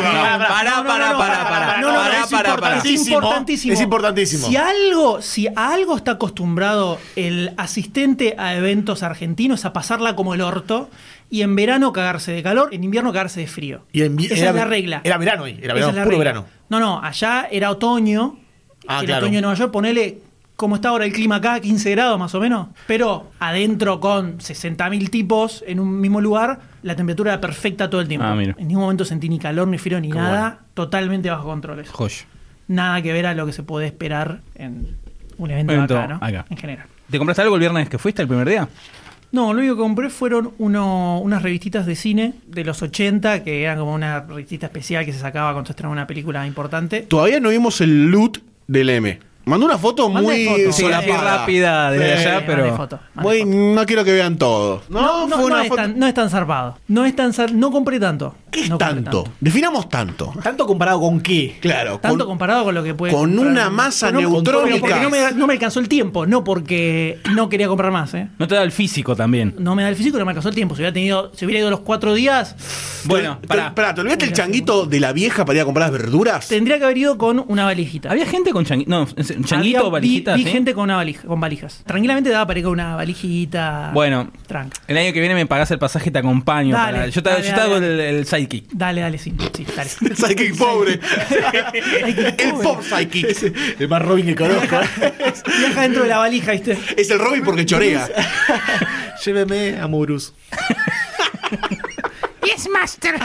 Pará. No, Pará, es pará. importantísimo. Es importantísimo. Si a algo está acostumbrado el asistente a eventos argentinos, a pasarla como el orto, y en verano cagarse de calor, en invierno cagarse de frío. Y Esa es la regla. Era verano ahí, era Esa verano, es la puro regla. verano. No, allá era otoño. Ah, el claro. otoño de Nueva York, ponele como está ahora el clima acá, 15 grados más o menos. Pero adentro con 60.000 tipos en un mismo lugar, la temperatura era perfecta todo el tiempo. Ah, mira. En ningún momento sentí ni calor, ni frío, ni nada. Totalmente bajo control eso. Joya. Nada que ver a lo que se puede esperar en un evento Evento acá, ¿no? acá. En general. ¿Te compraste algo el viernes que fuiste, el primer día? No, lo único que compré fueron unas revistitas de cine de los 80, que eran como una revistita especial que se sacaba cuando se estrenaba una película importante. Todavía no vimos el loot del M. Mandó una foto Mandé muy foto. Sí, así solapada. rápida desde allá, Mandé pero... foto, mandé Muy, foto. no quiero que vean todo. No, fue una es foto. tan, no es tan zarpado. No compré tanto. ¿Qué es No compré tanto? Definamos tanto. ¿Tanto comparado con qué? Claro. Tanto comparado con lo que puede con comprar. una masa Pero neutrónica. porque no me alcanzó el tiempo, no porque no quería comprar más, ¿eh? No te da el físico también. No me da el físico, no me alcanzó el tiempo. Si hubiera ido los 4 días, Bueno, pará. Pará, ¿te olvidaste el changuito de la vieja para ir a comprar las verduras? tendría que haber ido con una valijita. ¿Había gente con changuito? No, changuito o Había- valijita, vi ¿sí? gente con con valijas. Tranquilamente daba para ir con una valijita. Bueno, Tranca. el año que viene me pagás el pasaje y te acompaño. Dale, yo te dale, hago dale. el sidekick. Dale, sí, dale. El psychic pobre. El pop psychic. El más Robin que conozco. Viaja dentro de la valija, ¿viste? Es el Robin porque chorea. Lléveme a Murus. Yes, master.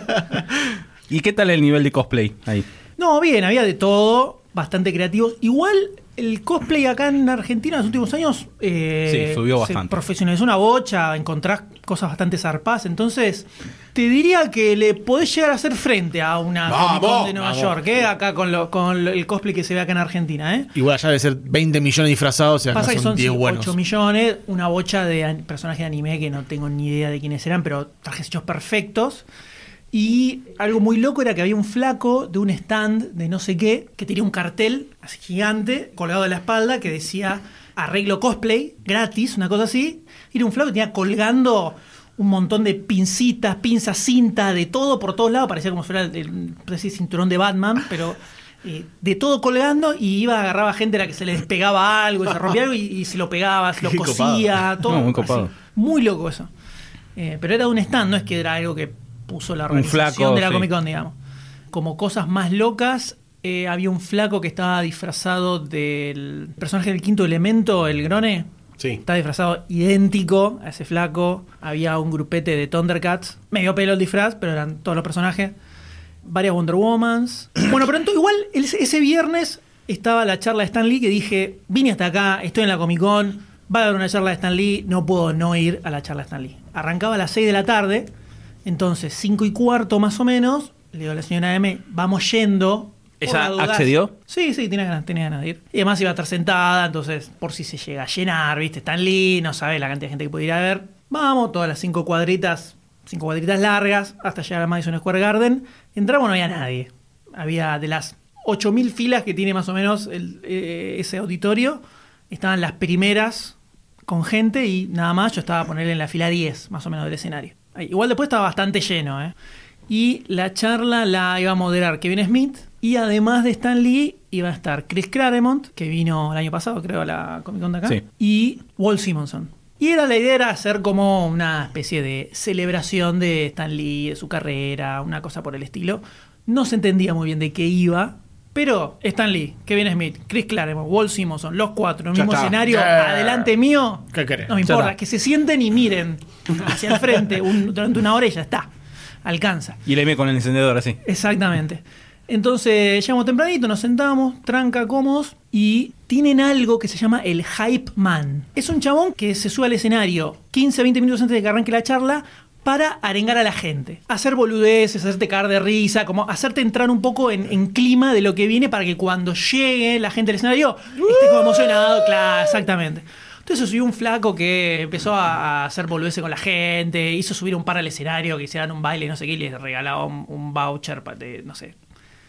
¿Y qué tal el nivel de cosplay ahí? No, bien, había de todo, bastante creativos. Igual el cosplay acá en Argentina en los últimos años Sí, subió se bastante. profesionalizó una bocha, encontrás cosas bastante zarpadas. Entonces, te diría que le podés llegar a hacer frente a una Vamos, Comic-Con de Nueva vamos. York, acá con el cosplay que se ve acá en Argentina, ¿eh? Igual allá debe ser 20 millones disfrazados, o sea, Pasa acá que son son 10 8 buenos. millones, una bocha de personajes de anime que no tengo ni idea de quiénes eran, pero trajes hechos perfectos. Y algo muy loco era que había un flaco de un stand de no sé qué que tenía un cartel así gigante colgado de la espalda que decía arreglo cosplay gratis, una cosa así. Y era un flaco que tenía colgando un montón de pincitas, pinzas, cinta, de todo por todos lados. Parecía como si fuera el cinturón de Batman, pero de todo colgando. Y agarraba gente a la que se le despegaba algo, y se rompía algo y se lo pegaba, se lo Qué cosía, todo. No, muy copado. así. Muy loco eso. Pero era de un stand, no es que era algo que puso la Un organización flaco, de la sí. Comic Con, digamos. Como cosas más locas, había un flaco que estaba disfrazado del personaje del Quinto Elemento, el Grone. Sí. Estaba disfrazado idéntico a ese flaco. Había un grupete de Thundercats. Medio pelo el disfraz, pero eran todos los personajes. Varias Wonder Womans. Bueno, pero igual ese viernes estaba la charla de Stan Lee que dije, vine hasta acá, estoy en la Comic Con, va a haber una charla de Stan Lee, no puedo no ir a la charla de Stan Lee. Arrancaba a las 6 de la tarde, entonces 5:15 más o menos, le digo a la señora M, vamos yendo. Por ¿Ella las dudas. accedió? Sí, tenía ganas de ir. Y además iba a estar sentada, entonces por si se llega a llenar, ¿viste? Stan Lee, no sabe la cantidad de gente que puede ir a ver. Vamos, todas las 5 cuadritas largas, hasta llegar a Madison Square Garden. Entramos, no había nadie. Había de las 8.000 filas que tiene más o menos ese auditorio, estaban las primeras con gente y nada más. Yo estaba a ponerle en la fila 10, más o menos, del escenario. Igual después estaba bastante lleno, ¿eh? Y la charla la iba a moderar Kevin Smith. Y además de Stan Lee, iba a estar Chris Claremont, que vino el año pasado, creo, a la Comic Con de acá. Sí. Y Walt Simonson. Y la idea era hacer como una especie de celebración de Stan Lee, de su carrera, una cosa por el estilo. No se entendía muy bien de qué iba, pero Stan Lee, Kevin Smith, Chris Claremont, Walt Simonson, los cuatro en el Ya mismo está. escenario, adelante mío. ¿Qué querés? No me Ya importa, está. que se sienten y miren hacia el frente durante una hora y ya está. Alcanza. Y el M con el encendedor así. Exactamente. Entonces llegamos tempranito, nos sentamos, tranca, cómodos, y tienen algo que se llama el Hype Man. Es un chabón que se sube al escenario 15, 20 minutos antes de que arranque la charla para arengar a la gente. Hacer boludeces, hacerte cagar de risa, como hacerte entrar un poco en clima de lo que viene para que cuando llegue la gente al escenario esté como emocionado. Claro, exactamente. Entonces se subió un flaco que empezó a hacer boludeces con la gente, hizo subir un par al escenario, que hicieran un baile, no sé qué, y les regalaba un voucher de, no sé,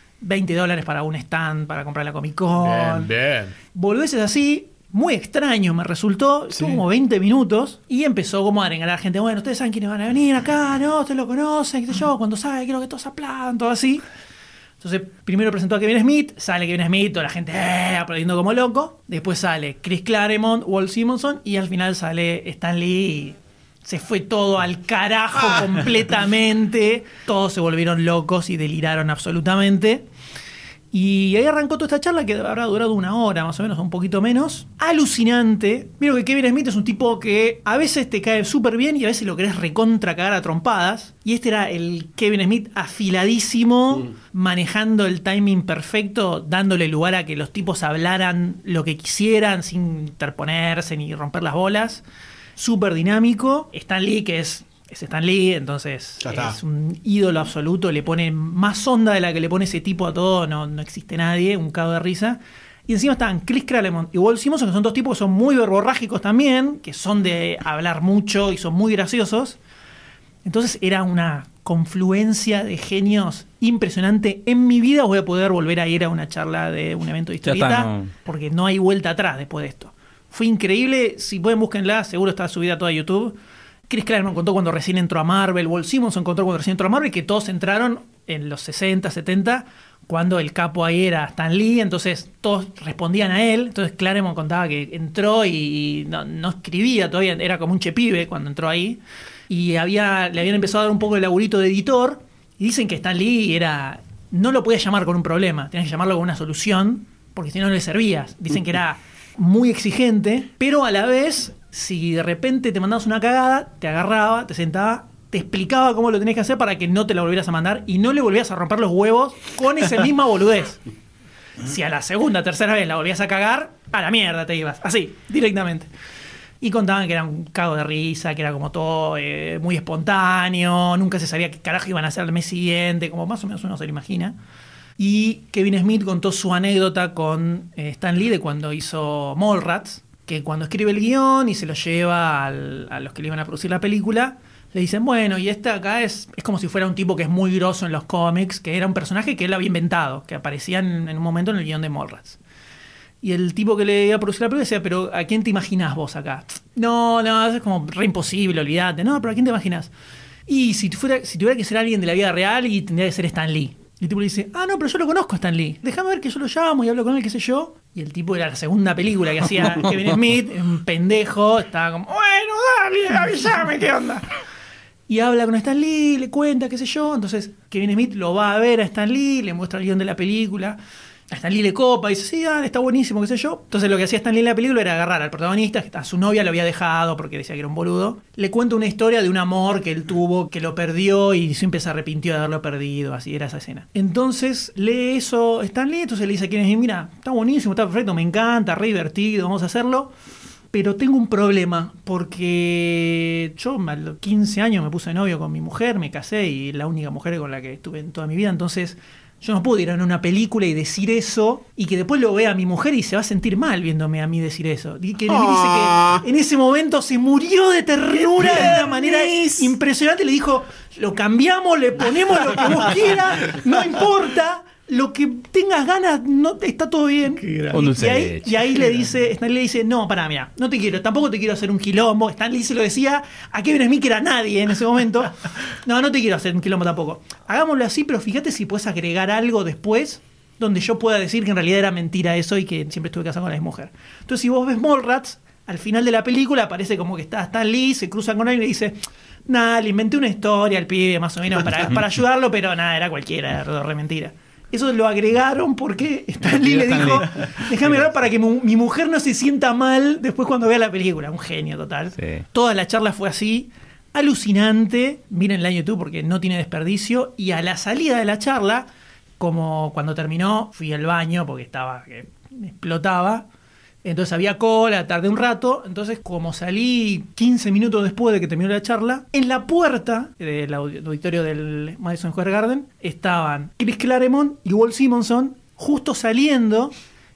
$20 para un stand para comprar la Comic Con. Bien. Boludeces así, muy extraño me resultó. Estuvo como 20 minutos y empezó como a arengar a la gente. Bueno, ustedes saben quiénes van a venir acá, ¿no? Ustedes lo conocen, qué sé yo. Cuando sabe, quiero que todos aplaudan, todo así. Entonces, primero presentó a Kevin Smith. Sale Kevin Smith, toda la gente aplaudiendo como loco. Después sale Chris Claremont, Walt Simonson. Y al final sale Stan Lee y se fue todo al carajo completamente. Todos se volvieron locos y deliraron absolutamente. Y ahí arrancó toda esta charla que habrá durado 1 hora, más o menos, un poquito menos. Alucinante. Mira que Kevin Smith es un tipo que a veces te cae súper bien y a veces lo querés recontra cagar a trompadas. Y este era el Kevin Smith afiladísimo, manejando el timing perfecto, dándole lugar a que los tipos hablaran lo que quisieran sin interponerse ni romper las bolas. Súper dinámico. Stan Lee, que es Stan Lee, entonces es un ídolo absoluto, le pone más onda de la que le pone ese tipo a todo, no existe nadie, un cago de risa. Y encima están Chris Claremont y Walt Simonson, que son dos tipos que son muy verborrágicos también, que son de hablar mucho y son muy graciosos. Entonces era una confluencia de genios impresionante. En mi vida voy a poder volver a ir a una charla de un evento de historieta, porque no hay vuelta atrás después de esto. Fue increíble, si pueden búsquenla, seguro está subida toda a YouTube. Chris Claremont contó cuando recién entró a Marvel, Walt Simonson contó cuando recién entró a Marvel, que todos entraron en los 60, 70, cuando el capo ahí era Stan Lee, entonces todos respondían a él. Entonces Claremont contaba que entró y no escribía todavía, era como un chepibe cuando entró ahí, y le habían empezado a dar un poco de laburito de editor, y dicen que Stan Lee no lo podías llamar con un problema, tenías que llamarlo con una solución, porque si no le servías. Dicen que era muy exigente, pero a la vez, si de repente te mandabas una cagada, te agarraba, te sentaba, te explicaba cómo lo tenías que hacer para que no te la volvieras a mandar y no le volvieras a romper los huevos con esa misma boludez. Si a la segunda, tercera vez la volvías a cagar, a la mierda te ibas, así, directamente. Y contaban que era un cago de risa, que era como todo muy espontáneo, nunca se sabía qué carajo iban a hacer el mes siguiente, como más o menos uno se lo imagina. Y Kevin Smith contó su anécdota con Stan Lee de cuando hizo Mallrats, que cuando escribe el guión y se lo lleva a los que le iban a producir la película, le dicen, bueno, y este acá es como si fuera un tipo que es muy grosso en los cómics, que era un personaje que él había inventado, que aparecía en un momento en el guión de Mallrats. Y el tipo que le iba a producir la película decía, pero ¿a quién te imaginás vos acá? No, eso es como re imposible, olvídate. No, pero ¿a quién te imaginás? Y si tuviera que ser alguien de la vida real, y tendría que ser Stan Lee. Y el tipo le dice, no, pero yo lo conozco a Stan Lee. Déjame ver que yo lo llamo y hablo con él, qué sé yo. Y el tipo era la segunda película que hacía Kevin Smith, un pendejo, estaba como, bueno, dale, avísame, ¿qué onda? Y habla con Stan Lee, le cuenta, qué sé yo. Entonces Kevin Smith lo va a ver a Stan Lee, le muestra el guión de la película. A Stan Lee le copa y dice, sí, dale, está buenísimo, qué sé yo. Entonces lo que hacía Stan Lee en la película era agarrar al protagonista, que a su novia lo había dejado porque decía que era un boludo. Le cuenta una historia de un amor que él tuvo, que lo perdió y siempre se arrepintió de haberlo perdido. Así era esa escena. Entonces lee eso Stan Lee, entonces le dice a quien es, mira, está buenísimo, está perfecto, me encanta, re divertido, vamos a hacerlo. Pero tengo un problema, porque yo a los 15 años me puse de novio con mi mujer, me casé y es la única mujer con la que estuve en toda mi vida, entonces yo no puedo ir a una película y decir eso y que después lo vea mi mujer y se va a sentir mal viéndome a mí decir eso. Y que dice que en ese momento se murió de ternura de una manera impresionante. Le dijo, lo cambiamos, le ponemos lo que vos quieras, no importa. Lo que tengas ganas, no está todo bien. Y ahí le dice, Stan Lee le dice, no, pará, mira, no te quiero, tampoco te quiero hacer un quilombo. Stan Lee se lo decía a Kevin Smith, que era nadie en ese momento. No te quiero hacer un quilombo tampoco. Hagámoslo así, pero fíjate si puedes agregar algo después donde yo pueda decir que en realidad era mentira eso y que siempre estuve casado con la mujer. Entonces, si vos ves Mallrats, al final de la película aparece como que está Stan Lee, se cruzan con él y le dice, le inventé una historia al pibe más o menos para ayudarlo, pero era cualquiera, era re mentira. Eso lo agregaron porque Stan Lee le dijo, déjame hablar para que mi mujer no se sienta mal después cuando vea la película. Un genio total. Sí. Toda la charla fue así, alucinante. Mírenla en YouTube porque no tiene desperdicio. Y a la salida de la charla, como cuando terminó, fui al baño porque estaba que me explotaba. Entonces había cola, tardé un rato. Entonces, como salí 15 minutos después de que terminó la charla, en la puerta del auditorio del Madison Square Garden estaban Chris Claremont y Walt Simonson justo saliendo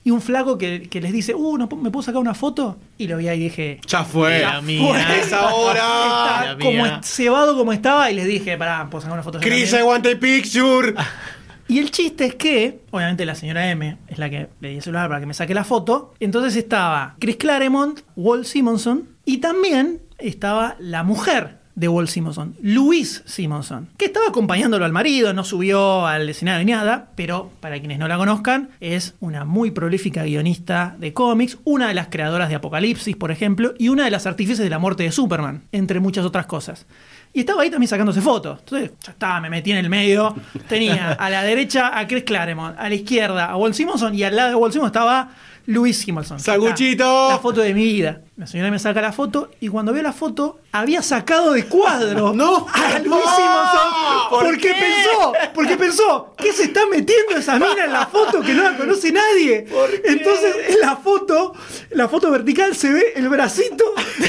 y un flaco que les dice, ¿no, ¿me puedo sacar una foto? Y lo vi ahí y dije, Ya fue. La mía. Es ahora. está la como mía. cebado como estaba, y les dije, pará, ¿puedo sacar una foto? yo Chris, también? I want a picture. Y el chiste es que, obviamente la señora M es la que le di el celular para que me saque la foto. Entonces estaba Chris Claremont, Walt Simonson, y también estaba la mujer de Walt Simonson, Louise Simonson, que estaba acompañándolo al marido, no subió al escenario ni nada, pero para quienes no la conozcan, es una muy prolífica guionista de cómics, una de las creadoras de Apocalipsis, por ejemplo, y una de las artífices de la muerte de Superman, entre muchas otras cosas. Y estaba ahí también sacándose fotos. Entonces, ya estaba, me metí en el medio. Tenía a la derecha a Chris Claremont, a la izquierda a Walt Simonson, y al lado de Walt Simonson estaba Louise Simonson. ¡Sanguchito! La foto de mi vida. La señora me saca la foto, y cuando veo la foto, había sacado de cuadro ¡No! a Louise Simonson. Porque pensó, ¿qué se está metiendo esa mina en la foto que no la conoce nadie? Entonces, en la foto vertical se ve el bracito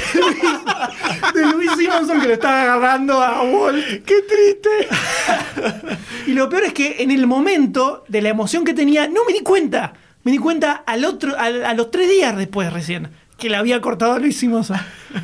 de Louise Simonson que lo estaba agarrando a Walt. ¡Qué triste! Y lo peor es que en el momento de la emoción que tenía, no me di cuenta. Me di cuenta a los 3 días después recién que le había cortado a Louise Simonson.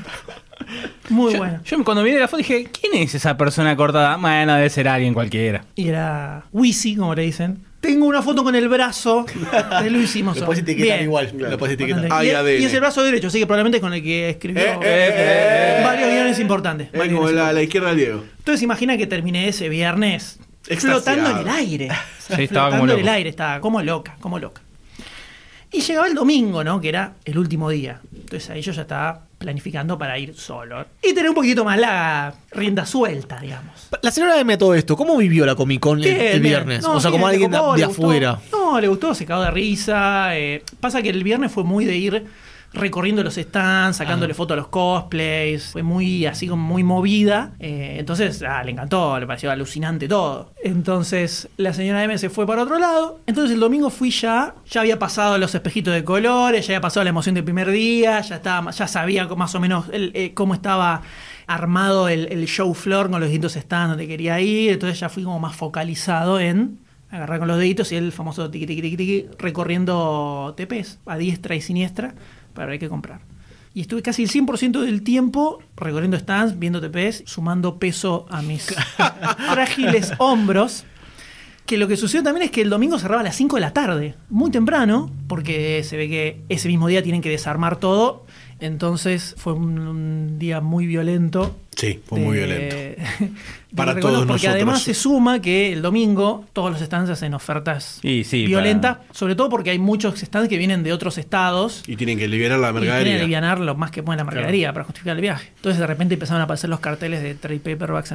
Muy bueno. Yo cuando miré la foto dije, ¿quién es esa persona cortada? Bueno, debe ser alguien cualquiera. Y era Wisi, como le dicen. Tengo una foto con el brazo de Louise Simonson. Lo puedes etiquetar Bien. igual. Lo puedes etiquetar. Bastante. ADN. Y es el brazo derecho, así que probablemente es con el que escribió varios guiones importantes. Es como la izquierda del Diego. Entonces imagina que terminé ese viernes Extasiado. flotando en el aire. Sí, estaba como flotando en loco. el aire, estaba como loca, como loca. Y llegaba el domingo, ¿no? Que era el último día. Entonces ahí yo ya estaba planificando para ir solo. Y tener un poquito más la rienda suelta, digamos. La señora M todo esto, ¿cómo vivió la Comic Con el Bien, viernes? bien. No, o sea, como bien, alguien le copó, de le gustó. afuera. No, le gustó, se cagó de risa. Pasa que el viernes fue muy de ir recorriendo los stands, sacándole fotos a los cosplays. Fue muy así como muy movida. Entonces, le encantó, le pareció alucinante todo. Entonces, la señora M se fue para otro lado. Entonces, el domingo fui ya había pasado los espejitos de colores, ya había pasado la emoción del primer día, ya sabía más o menos cómo estaba armado el show floor con los distintos stands donde quería ir. Entonces, ya fui como más focalizado en agarrar con los deditos y el famoso tiqui tiqui tiqui tiqui recorriendo TPs a diestra y siniestra para ver qué comprar. Y estuve casi el 100% del tiempo recorriendo stands, viendo TPs, sumando peso a mis frágiles hombros. Que lo que sucedió también es que el domingo cerraba a las 5 de la tarde, muy temprano, porque se ve que ese mismo día tienen que desarmar todo. Entonces fue un día muy violento. Sí, fue muy violento. Para recuerdo, todos porque nosotros. además se suma que el domingo todos los stands hacen ofertas Y sí, violentas, sobre todo porque hay muchos stands que vienen de otros estados Y tienen que liberar la y quieren mercadería. alivianar lo más que pueden la mercadería para justificar el viaje. Entonces de repente empezaron a aparecer los carteles de trade paperbacks a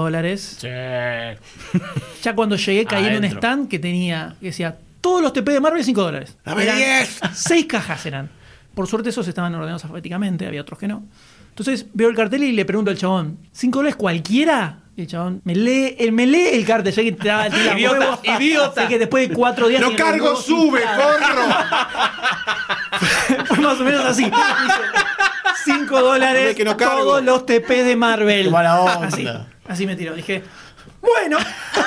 $5. Ya cuando llegué caí en un Adentro. stand que decía todos los TP de Marvel $5. ¡Dame Eran 10! 6 cajas eran. Por suerte esos estaban ordenados alfabéticamente, había otros que no. Entonces veo el cartel y le pregunto al chabón, ¿$5 cualquiera? Y el chabón me lee el cartel, ya que te daba el Idiota, idiota. Sé que después de 4 días... ¡No tenía los cargo, huevos sube, inflados. forro! Fue más o menos así. Dice, $5 Que no cargo. todos los TP de Marvel. Qué mala onda. Así me tiró. Dije, bueno.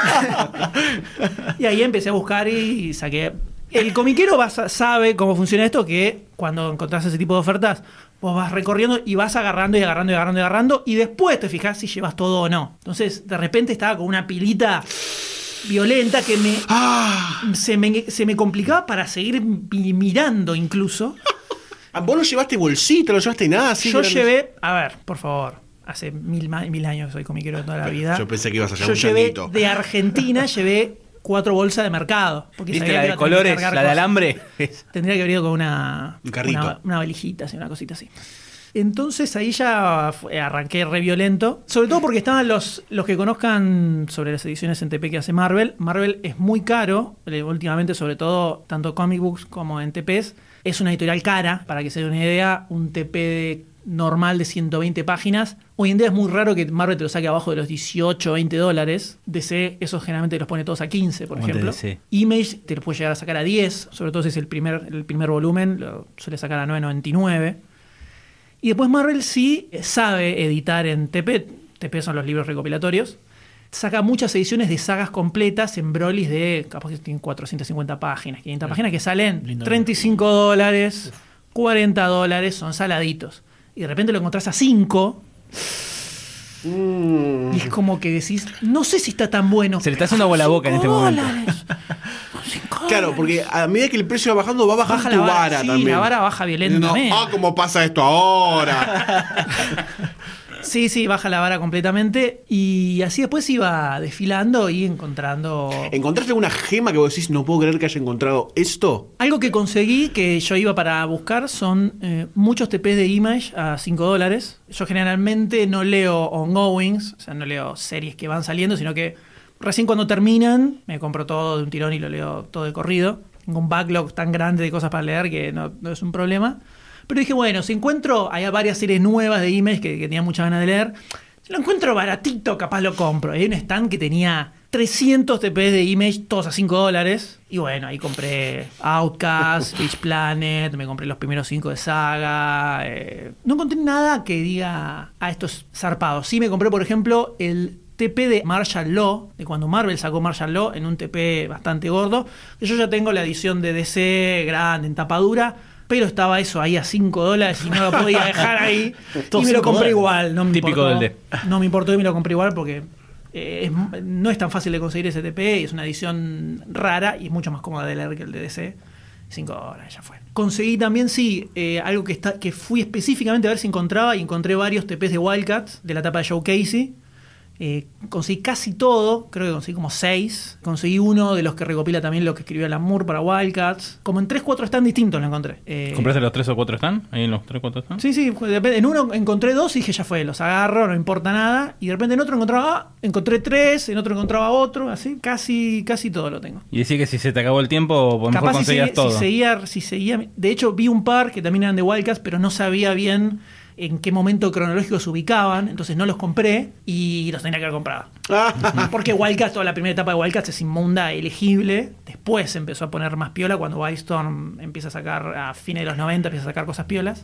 Y ahí empecé a buscar y saqué. El comiquero sabe cómo funciona esto, que cuando encontrás ese tipo de ofertas, vos vas recorriendo y vas agarrando y agarrando y agarrando y agarrando, y después te fijás si llevas todo o no. Entonces, de repente estaba con una pilita violenta que se me complicaba para seguir mirando incluso. ¿Vos no llevaste bolsita, no llevaste nada? Así Yo grandes? llevé, a ver, por favor, hace mil años que soy comiquero de toda la vida. Yo pensé que ibas a Yo llevar un llevé changuito. de Argentina, llevé 4 bolsas de mercado. Porque ¿Viste sabía la que de iba a tener que colores, cargar la de cosas. alambre? Tendría que haber ido con una carrito. una valijita, así, una cosita así. Entonces ahí ya arranqué re violento. Sobre todo porque estaban los que conozcan sobre las ediciones en TP que hace Marvel. Marvel es muy caro, últimamente, sobre todo, tanto comic books como en TPs. Es una editorial cara, para que se den una idea. Un TP normal de 120 páginas. Hoy en día es muy raro que Marvel te lo saque abajo de los $18 o $20. DC, esos generalmente los pone todos a 15, por Aguante ejemplo. DC. Image te lo puede llegar a sacar a 10, sobre todo si es el primer volumen, lo suele sacar a 9.99. Y después Marvel sí sabe editar en TP. TP son los libros recopilatorios. saca muchas ediciones de sagas completas en brolis de, capaz que tienen 450 páginas, 500 páginas, que salen $35, $40, son saladitos. Y de repente lo encontrás a 5. Y es como que decís, no sé si está tan bueno. Se le está haciendo agua a la boca en este momento. Claro, porque a medida que el precio va bajando, va bajando tu vara sí, también. la vara baja violentamente. ¿Cómo pasa esto ahora? Sí, baja la vara completamente. Y así después iba desfilando y encontrando... ¿Encontraste alguna gema que vos decís, no puedo creer que haya encontrado esto? Algo que conseguí, que yo iba para buscar, son muchos TPs de Image a $5. Yo generalmente no leo ongoings, o sea, no leo series que van saliendo, sino que recién cuando terminan, me compro todo de un tirón y lo leo todo de corrido. Tengo un backlog tan grande de cosas para leer que no es un problema. Pero dije, bueno, si encuentro, hay varias series nuevas de Image que tenía muchas ganas de leer, si lo encuentro baratito, capaz lo compro. Y hay un stand que tenía 300 TPs de Image, todos a $5. Y bueno, ahí compré Outcast, Beach Planet, me compré los primeros 5 de Saga. No encontré nada que diga, esto es zarpado. Sí me compré, por ejemplo, el TP de Martial Law, de cuando Marvel sacó Martial Law, en un TP bastante gordo. Yo ya tengo la edición de DC grande, en tapa dura, pero estaba eso ahí a $5 y no lo podía dejar ahí. Y me lo compré igual. No me Típico importó, del D. No me importó y me lo compré igual porque no es tan fácil de conseguir ese TP y es una edición rara y es mucho más cómoda de leer que el de DC. $5, ya fue. Conseguí también, algo que fui específicamente a ver si encontraba, y encontré varios TPs de Wildcats de la etapa de Joe Casey. Conseguí casi todo, creo que conseguí como 6. Conseguí uno de los que recopila también lo que escribió Alan Moore para Wildcats. Como en 3-4 stands distintos lo encontré. ¿Compraste los 3 o 4 están? ¿Ahí en los 3 o 4 están? Sí, depende. En uno encontré 2 y dije, ya fue, los agarro, no importa nada. Y de repente en otro encontré 3, en otro encontraba otro, así. Casi todo lo tengo. Y decía que si se te acabó el tiempo, por mejor conseguías todo. Si seguía. De hecho, vi un par que también eran de Wildcats, pero no sabía bien en qué momento cronológico se ubicaban, entonces no los compré y los tenía que haber comprado. Porque Wildcats, toda la primera etapa de Wildcats es inmunda, elegible. Después se empezó a poner más piola cuando Wildstorm empieza a sacar, a fines de los 90, empieza a sacar cosas piolas.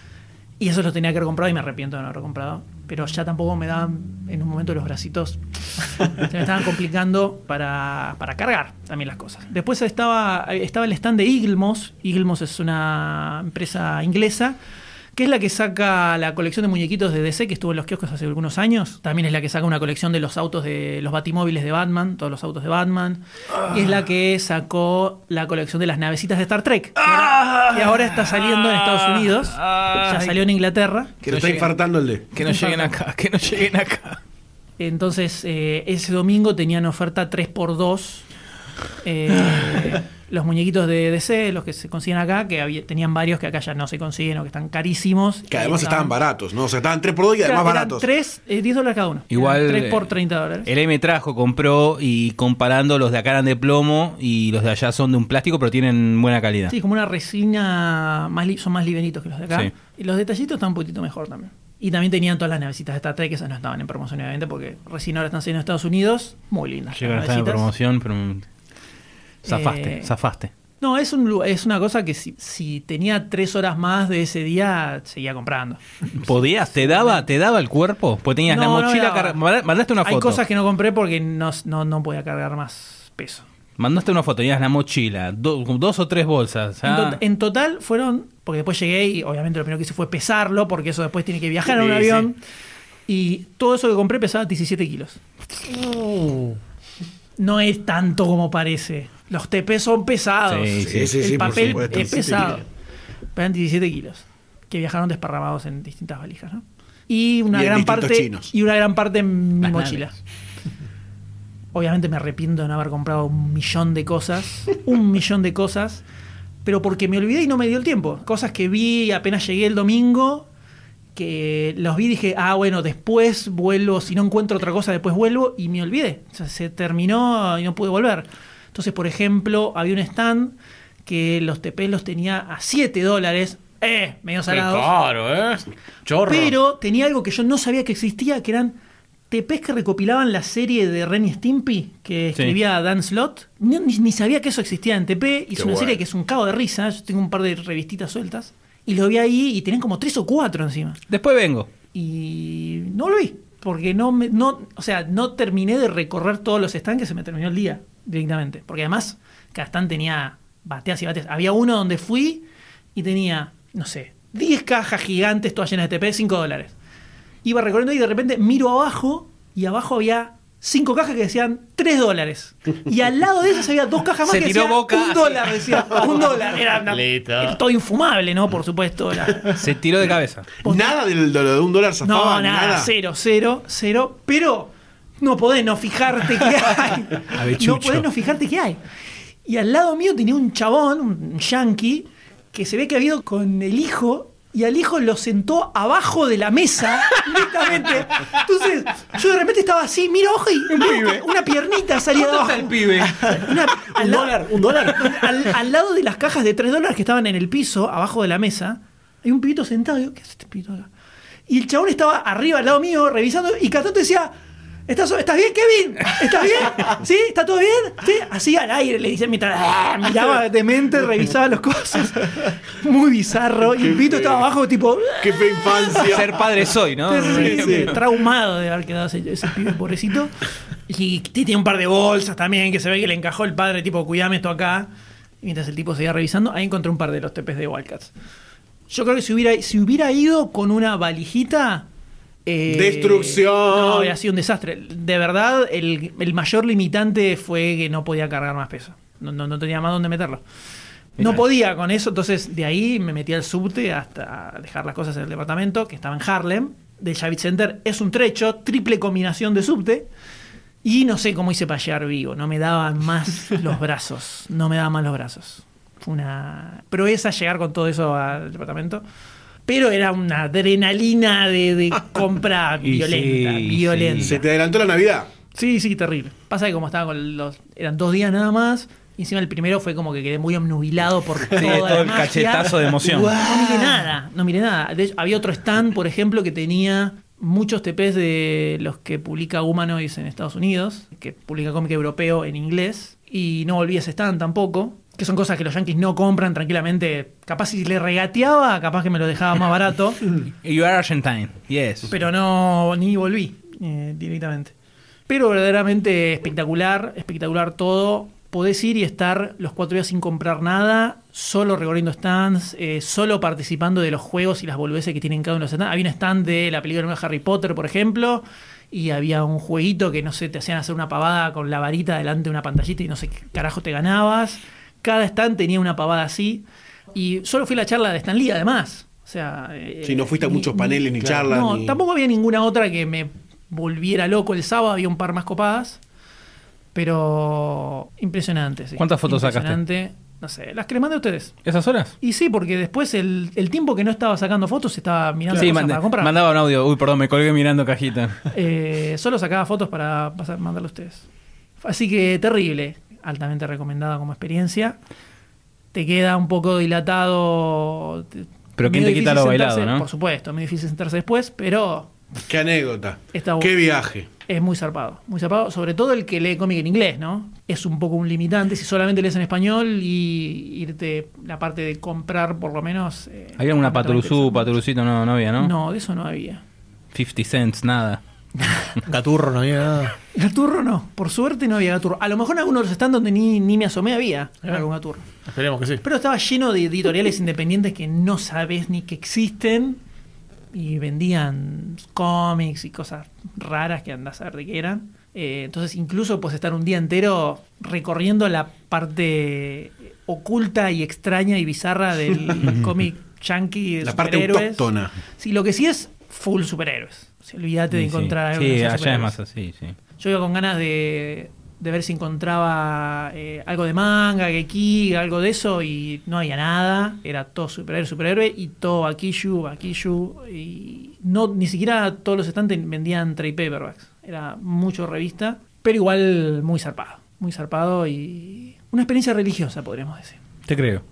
Y eso los tenía que haber comprado y me arrepiento de no haberlo comprado. Pero ya tampoco me daban en un momento los bracitos. Se me estaban complicando para cargar también las cosas. Después estaba el stand de Eaglemoss. Eaglemoss es una empresa inglesa que es la que saca la colección de muñequitos de DC, que estuvo en los kioscos hace algunos años. También es la que saca una colección de los autos de los batimóviles de Batman, todos los autos de Batman. Y es la que sacó la colección de las navecitas de Star Trek, que ahora está saliendo en Estados Unidos. Ya salió en Inglaterra. Que no está infartando el D. Que no lleguen acá. Entonces, ese domingo tenían oferta 3x2. Los muñequitos de DC, los que se consiguen acá, que tenían varios que acá ya no se consiguen o que están carísimos. Que además estaban baratos, ¿no? O sea, estaban 3x2 y además baratos. $10 cada uno. Igual 3 por $30. El M compró y comparando los de acá eran de plomo y los de allá son de un plástico, pero tienen buena calidad. Sí, como una resina, son más livianitos que los de acá. Sí. Y los detallitos están un poquito mejor también. Y también tenían todas las navecitas de Star Trek, que esas no estaban en promoción obviamente, porque recién ahora están saliendo en Estados Unidos. Muy lindas. Llegaron a estar en promoción, pero zafaste. No, es una cosa que si tenía 3 horas más de ese día, seguía comprando. ¿Podías? ¿Te daba el cuerpo? Pues tenías la mochila. Mandaste una foto. Hay cosas que no compré porque no podía cargar más peso. Mandaste una foto, tenías la mochila, 2 o 3 bolsas. En total fueron, porque después llegué y obviamente lo primero que hice fue pesarlo, porque eso después tiene que viajar en un avión. Y todo eso que compré pesaba 17 kilos. No es tanto como parece. Los TP son pesados. El papel es pesado. Pegan 17 kilos. Que viajaron desparramados en distintas valijas, ¿no? Y una gran parte en mi mochila. Obviamente me arrepiento de no haber comprado 1.000.000 de cosas. 1.000.000 de cosas. Pero porque me olvidé y no me dio el tiempo. Cosas que vi apenas llegué el domingo, que los vi y dije, bueno, después vuelvo, si no encuentro otra cosa, después vuelvo, y me olvidé. O sea, se terminó y no pude volver. Entonces, por ejemplo, había un stand que los TP los tenía a $7. Medio salados. Claro, chorro. Pero tenía algo que yo no sabía que existía, que eran TPs que recopilaban la serie de Ren y Stimpy, que escribía Dan Slott. Ni sabía que eso existía en TP. Hizo una serie que es un cago de risa. Yo tengo un par de revistitas sueltas. Y lo vi ahí y tenían como 3 o 4 encima. Después vengo. Y no lo vi. porque no terminé de recorrer todos los stands, que se me terminó el día directamente. Porque además, cada stand tenía bateas y bateas. Había uno donde fui y tenía, no sé, 10 cajas gigantes todas llenas de TP, $5. Iba recorriendo y de repente miro abajo y abajo había 5 cajas que decían $3. Y al lado de esas había 2 cajas más Se que tiró decían Boca. $1. Decía $1. Era todo infumable, ¿no? Por supuesto. Se tiró de cabeza. Nada de lo de $1 zafaba. No, nada, cero. Pero no podés no fijarte qué hay. Avechucho. No podés no fijarte qué hay. Y al lado mío tenía un chabón, un yankee, que se ve que había ido con el hijo. Y al hijo lo sentó abajo de la mesa, directamente. Entonces, yo de repente estaba así, miro abajo y una piernita salía de abajo. El pibe. $1. Al lado de las cajas de $3 que estaban en el piso, abajo de la mesa, hay un pibito sentado. Y digo, ¿qué hace este pibito acá? Y el chabón estaba arriba, al lado mío, revisando, y cada tanto decía, ¿Estás bien, Kevin? ¿Estás bien? ¿Sí? ¿Está todo bien? ¿Sí? Así al aire le dice mientras miraba demente, revisaba las cosas. Muy bizarro. Y el pito estaba abajo, tipo. Qué fe infancia. Ser padre soy, ¿no? Sí. Traumado de haber quedado ese pibe pobrecito. Y tiene un par de bolsas también que se ve que le encajó el padre, tipo, cuidame esto acá. Y mientras el tipo seguía revisando, ahí encontré un par de los TPs de Wildcats. Yo creo que si hubiera ido con una valijita. Destrucción. No, había sido un desastre. De verdad, el mayor limitante fue que no podía cargar más peso. No tenía más dónde meterlo. No podía con eso, entonces de ahí me metí al subte hasta dejar las cosas en el departamento, que estaba en Harlem, del Javits Center. Es un trecho, triple combinación de subte. Y no sé cómo hice para llegar vivo. No me daban más los brazos. Fue una proeza llegar con todo eso al departamento. Pero era una adrenalina de compra violenta. ¿Se te adelantó la Navidad? Sí, terrible. Pasa que como estaba con eran 2 días nada más. Y encima el primero fue como que quedé muy obnubilado por toda todo la el magia. cachetazo de emoción. No miré nada. De hecho, había otro stand, por ejemplo, que tenía muchos TPs de los que publica Humanoids en Estados Unidos, que publica cómic europeo en inglés. Y no volví a ese stand tampoco. Que son cosas que los yankees no compran tranquilamente. Capaz si le regateaba, capaz que me lo dejaba más barato. You are Argentine, yes. Pero no, ni volví directamente. Pero verdaderamente espectacular todo. Podés ir y estar los 4 días sin comprar nada, solo recorriendo stands, solo participando de los juegos y las boludeces que tienen cada uno de los stands. Había un stand de la película de Harry Potter, por ejemplo, y había un jueguito que, no sé, te hacían hacer una pavada con la varita delante de una pantallita y no sé qué carajo te ganabas. Cada stand tenía una pavada así. Y solo fui a la charla de Stan Lee, además. O sea, sí, no fuiste a muchos paneles ni charlas. No, tampoco había ninguna otra que me volviera loco el sábado. Había un par más copadas. Pero impresionante. Sí. ¿Cuántas fotos sacaste? No sé, las que les mandé a ustedes. ¿Esas horas? Y sí, porque después el tiempo que no estaba sacando fotos estaba mirando cosas para comprar. Mandaba un audio. Uy, perdón, me colgué mirando cajita. Solo sacaba fotos para mandarle a ustedes. Así que terrible. Altamente recomendada como experiencia. Te queda un poco dilatado. Pero ¿quién te quita lo bailado, no? Por supuesto, muy difícil sentarse después, pero... Qué anécdota. Está qué viaje. Es muy zarpado, sobre todo el que lee cómic en inglés, ¿no? Es un poco un limitante si solamente lees en español y irte la parte de comprar por lo menos... ¿Había una Paturucito? No había, ¿no? No, de eso no había. 50 cents, nada. Gaturro no había nada. Gaturro no, por suerte no había gaturro. A lo mejor en algunos de los stands donde ni me asomé había algún gaturro. Esperemos que sí. Pero estaba lleno de editoriales independientes que no sabes ni que existen y vendían cómics y cosas raras que andás a ver de qué eran. Entonces incluso puedes estar un día entero recorriendo la parte oculta y extraña y bizarra del cómic yankee de la superhéroes. Parte autóctona. Sí, lo que sí es full superhéroes. Olvídate de encontrar algo. Sí, allá es más así, sí. Yo iba con ganas de ver si encontraba algo de manga, Geki, algo de eso, y no había nada. Era todo superhéroe y todo Bakishu, y ni siquiera todos los stands vendían trade paperbacks. Era mucho revista, pero igual muy zarpado y una experiencia religiosa, podríamos decir. Te creo.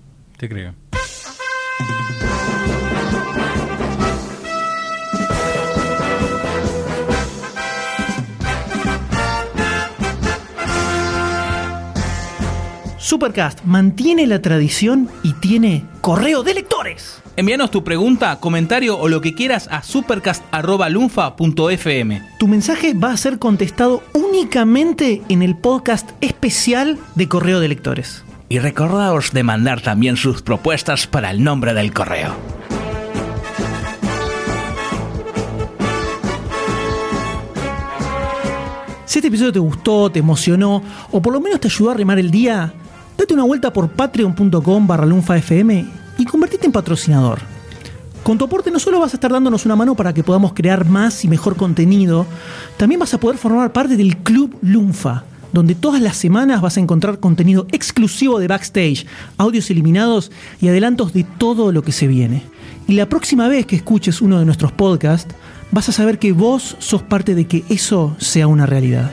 Supercast mantiene la tradición y tiene correo de lectores. Envíanos tu pregunta, comentario o lo que quieras a supercast@lunfa.fm. Tu mensaje va a ser contestado únicamente en el podcast especial de correo de lectores. Y recordaos de mandar también sus propuestas para el nombre del correo. Si este episodio te gustó, te emocionó o por lo menos te ayudó a remar el día, date una vuelta por patreon.com/lunfafm y convertite en patrocinador. Con tu aporte no solo vas a estar dándonos una mano para que podamos crear más y mejor contenido, también vas a poder formar parte del Club Lunfa, donde todas las semanas vas a encontrar contenido exclusivo de backstage, audios eliminados y adelantos de todo lo que se viene. Y la próxima vez que escuches uno de nuestros podcasts, vas a saber que vos sos parte de que eso sea una realidad.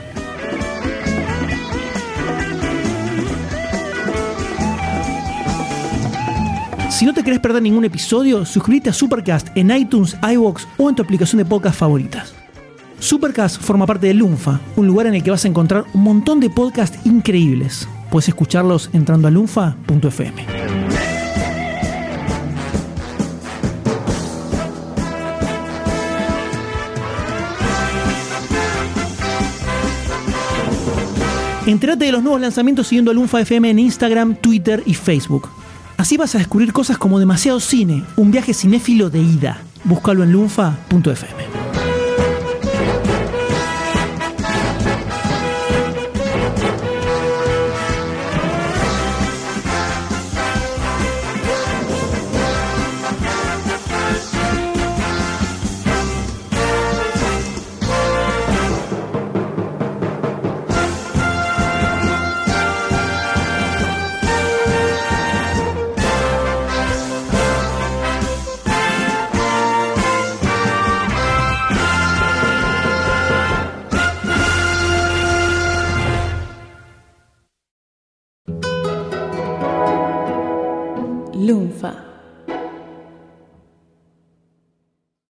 Si no te querés perder ningún episodio, suscríbete a Supercast en iTunes, iVoox o en tu aplicación de podcast favoritas. Supercast forma parte de Lunfa, un lugar en el que vas a encontrar un montón de podcasts increíbles. Puedes escucharlos entrando a lunfa.fm. Entérate de los nuevos lanzamientos siguiendo a Lunfa FM en Instagram, Twitter y Facebook. Así vas a descubrir cosas como Demasiado Cine, un viaje cinéfilo de ida. Búscalo en lunfa.fm. Lunfa.